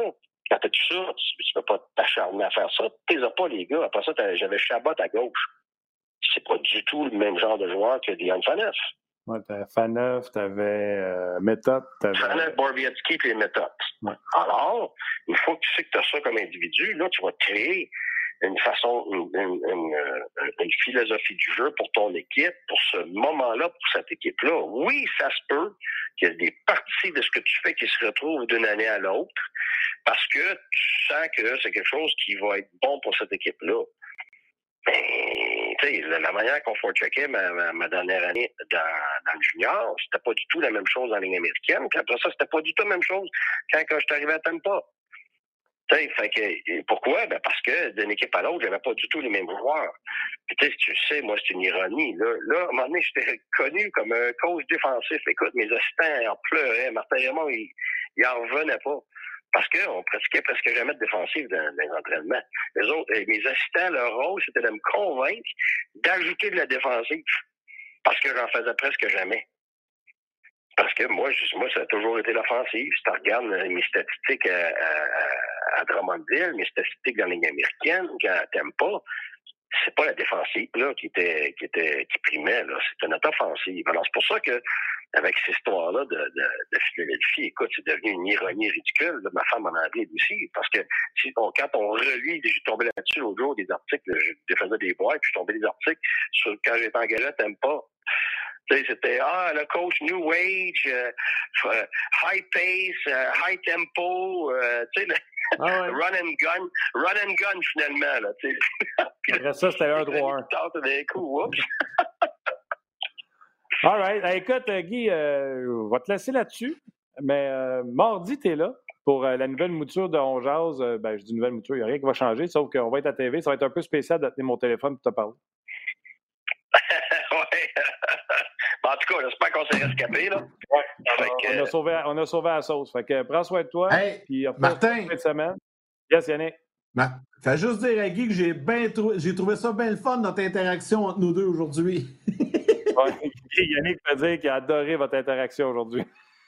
Quand t'as tout ça, tu peux pas t'acharner à faire ça. Tu les as pas, les gars. Après ça, j'avais Chabot à gauche. C'est pas du tout le même genre de joueur que Dion Phaneuf. Ouais, t'avais Phaneuf, t'avais Méthode. Phaneuf, Borowiecki puis Méthode. Ouais. Alors, une fois que tu sais que tu as ça comme individu, là, tu vas créer une façon, une philosophie du jeu pour ton équipe, pour ce moment-là, pour cette équipe-là. Oui, ça se peut qu'il y ait des parties de ce que tu fais qui se retrouvent d'une année à l'autre parce que tu sens que c'est quelque chose qui va être bon pour cette équipe-là. Mais, tu sais, la manière qu'on forecheckait ma dernière année dans le junior, c'était pas du tout la même chose dans la ligne américaine. Puis après ça, c'était pas du tout la même chose quand je suis arrivé à Tampa. Fait que, pourquoi? Ben parce que d'une équipe à l'autre, j'avais pas du tout les mêmes joueurs. Puis tu sais, moi, c'est une ironie. Là, à un moment donné, j'étais connu comme un coach défensif. Écoute, mes assistants en pleuraient. Martin Raymond, il en revenait pas. Parce qu'on pratiquait presque jamais de défensif dans les entraînements. Les autres, mes assistants, leur rôle, c'était de me convaincre d'ajouter de la défensive. Parce que j'en faisais presque jamais. Parce que moi, ça a toujours été l'offensive. Si tu regardes mes statistiques à Drummondville, mes statistiques dans la ligne américaine, quand t'aimes pas, c'est pas la défensive là qui primait, là. C'était notre offensive. Alors, c'est pour ça que, avec cette histoire-là de Philadelphie, écoute, c'est devenu une ironie ridicule. Là, ma femme en anglais aussi. Parce que quand on relit, j'ai tombé là-dessus l'autre jour, des articles, je faisais des boîtes, puis je tombais des articles sur quand j'étais engagé, t'aimes pas. C'était le coach New Wage, high pace, high tempo, run and gun finalement là. Puis après ça, c'était 1-3-1. D'un coup, oups. All right. Écoute, Guy, on va te laisser là-dessus. Mais mardi, tu es là pour la nouvelle mouture de On Jase. Je dis nouvelle mouture, il n'y a rien qui va changer, sauf qu'on va être à TV. Ça va être un peu spécial de tenir mon téléphone pour te parler. Ouais. En tout cas, j'espère qu'on s'est rescapé, là. Ouais. On a sauvé la sauce. Fait que prends soin de toi. Hey, puis Martin. Cette semaine. Yes, Yannick. Fais juste dire à Guy que j'ai trouvé ça bien le fun, notre interaction entre nous deux aujourd'hui. Ouais, Yannick peut dire qu'il a adoré votre interaction aujourd'hui.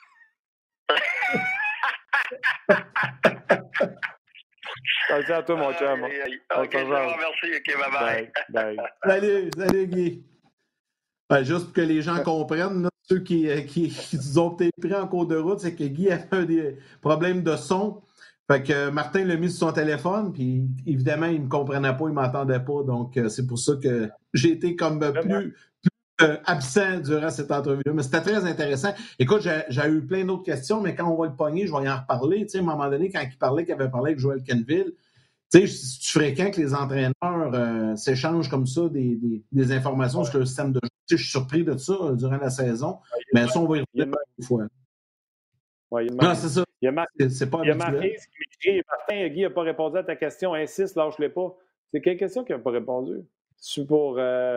Salut à toi, mon chum. OK, merci. OK, bye-bye. Bye. Salut, Guy. Ben, juste pour que les gens comprennent, là, ceux qui ont peut-être pris en cours de route, c'est que Guy avait des problèmes de son. Fait que Martin l'a mis sur son téléphone, puis évidemment, il ne me comprenait pas, il ne m'entendait pas. Donc, c'est pour ça que j'ai été comme plus absent durant cette entrevue-là. Mais c'était très intéressant. Écoute, j'ai eu plein d'autres questions, mais quand on va le pogner, je vais y en reparler. Tu sais, à un moment donné, quand il parlait qu'il avait parlé avec Joel Kenville, tu sais, si tu fréquentes que les entraîneurs s'échangent comme ça des informations sur le système de jeu. Tu sais, je suis surpris de ça durant la saison. Mais ça, on va y revenir une fois. Ouais, non, c'est ça. C'est pas il y a marqué ce qui m'écrit. Martin, Guy n'a pas répondu à ta question. Insiste, lâche-les pas. C'est quelle question qu'il n'a pas répondu? C'est pour...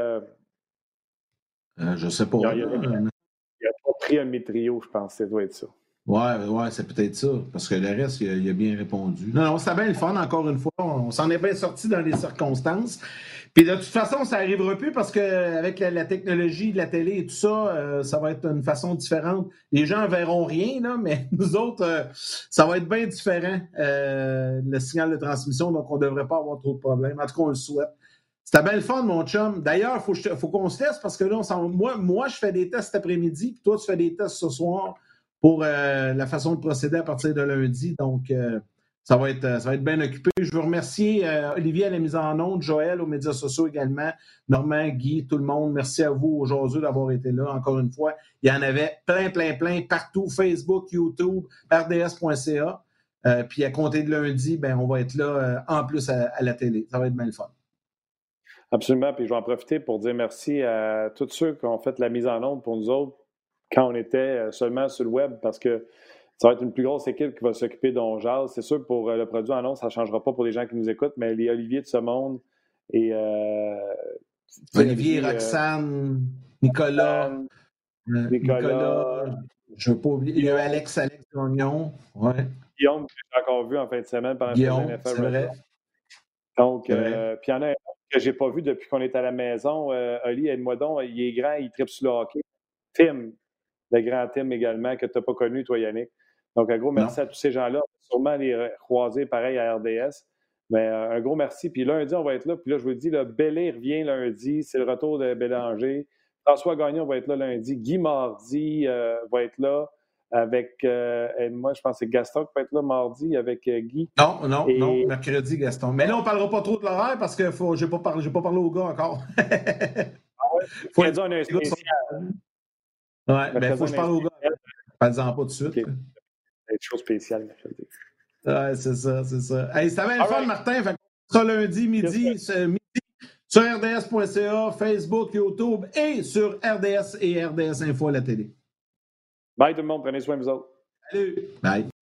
je sais pas. Il a pas pris un métrio, je pense. Ça doit être ça. Ouais, c'est peut-être ça. Parce que le reste, il a bien répondu. Non, c'était bien le fun, encore une fois. On s'en est bien sorti dans les circonstances. Puis de toute façon, ça n'arrivera plus parce qu'avec la technologie de la télé et tout ça, ça va être une façon différente. Les gens ne verront rien, là, mais nous autres, ça va être bien différent, le signal de transmission. Donc, on ne devrait pas avoir trop de problèmes. En tout cas, on le souhaite. C'était bien le fun, mon chum. D'ailleurs, il faut qu'on se laisse parce que là, moi, je fais des tests cet après-midi, puis toi, tu fais des tests ce soir pour la façon de procéder à partir de lundi. Donc, ça va être bien occupé. Je veux remercier Olivier à la mise en onde, Joël aux médias sociaux également, Normand, Guy, tout le monde. Merci à vous aujourd'hui d'avoir été là. Encore une fois, il y en avait plein partout, Facebook, YouTube, rds.ca. Puis à compter de lundi, on va être là en plus à la télé. Ça va être bien le fun. Absolument. Puis je vais en profiter pour dire merci à tous ceux qui ont fait la mise en onde pour nous autres quand on était seulement sur le web, parce que ça va être une plus grosse équipe qui va s'occuper d'On Jase. C'est sûr, pour le produit en ondes, ça ne changera pas pour les gens qui nous écoutent, mais les Olivier de ce monde et... Olivier, Roxane, Nicolas, je ne veux pas oublier. Il y a Alex Gagnon. Ouais. Guillaume, que j'ai encore vu en fin de semaine pendant Guillaume, c'est vrai. Donc, puis il y en a un que je n'ai pas vu depuis qu'on est à la maison. Oli, aide-moi donc, il est grand, il tripe sur le hockey. Tim, le grand Tim également, que tu n'as pas connu, toi, Yannick. Donc, un gros merci à tous ces gens-là. On va sûrement les croiser pareil à RDS. Mais un gros merci. Puis lundi, on va être là. Puis là, je vous le dis, le Bellé revient lundi. C'est le retour de Bélanger. François Gagnon va être là lundi. Guy Mardy va être là avec... moi, je pense que c'est Gaston qui va être là mardi avec Guy. Non, mercredi, Gaston. Mais là, on ne parlera pas trop de l'horaire parce que je n'ai pas parlé au gars encore. Faut dire un spécial. Ouais, mais il faut que je parle au gars. Parle-en pas tout de suite. Okay. C'est une chose spéciale, mercredi. Ouais, c'est ça. Hey, c'était bien le fun, Martin. Fait qu'on sera lundi midi sur rds.ca, Facebook, YouTube et sur RDS et RDS Info à la télé. Bye tout le monde, prenez soin de vous autres. Salut. Bye.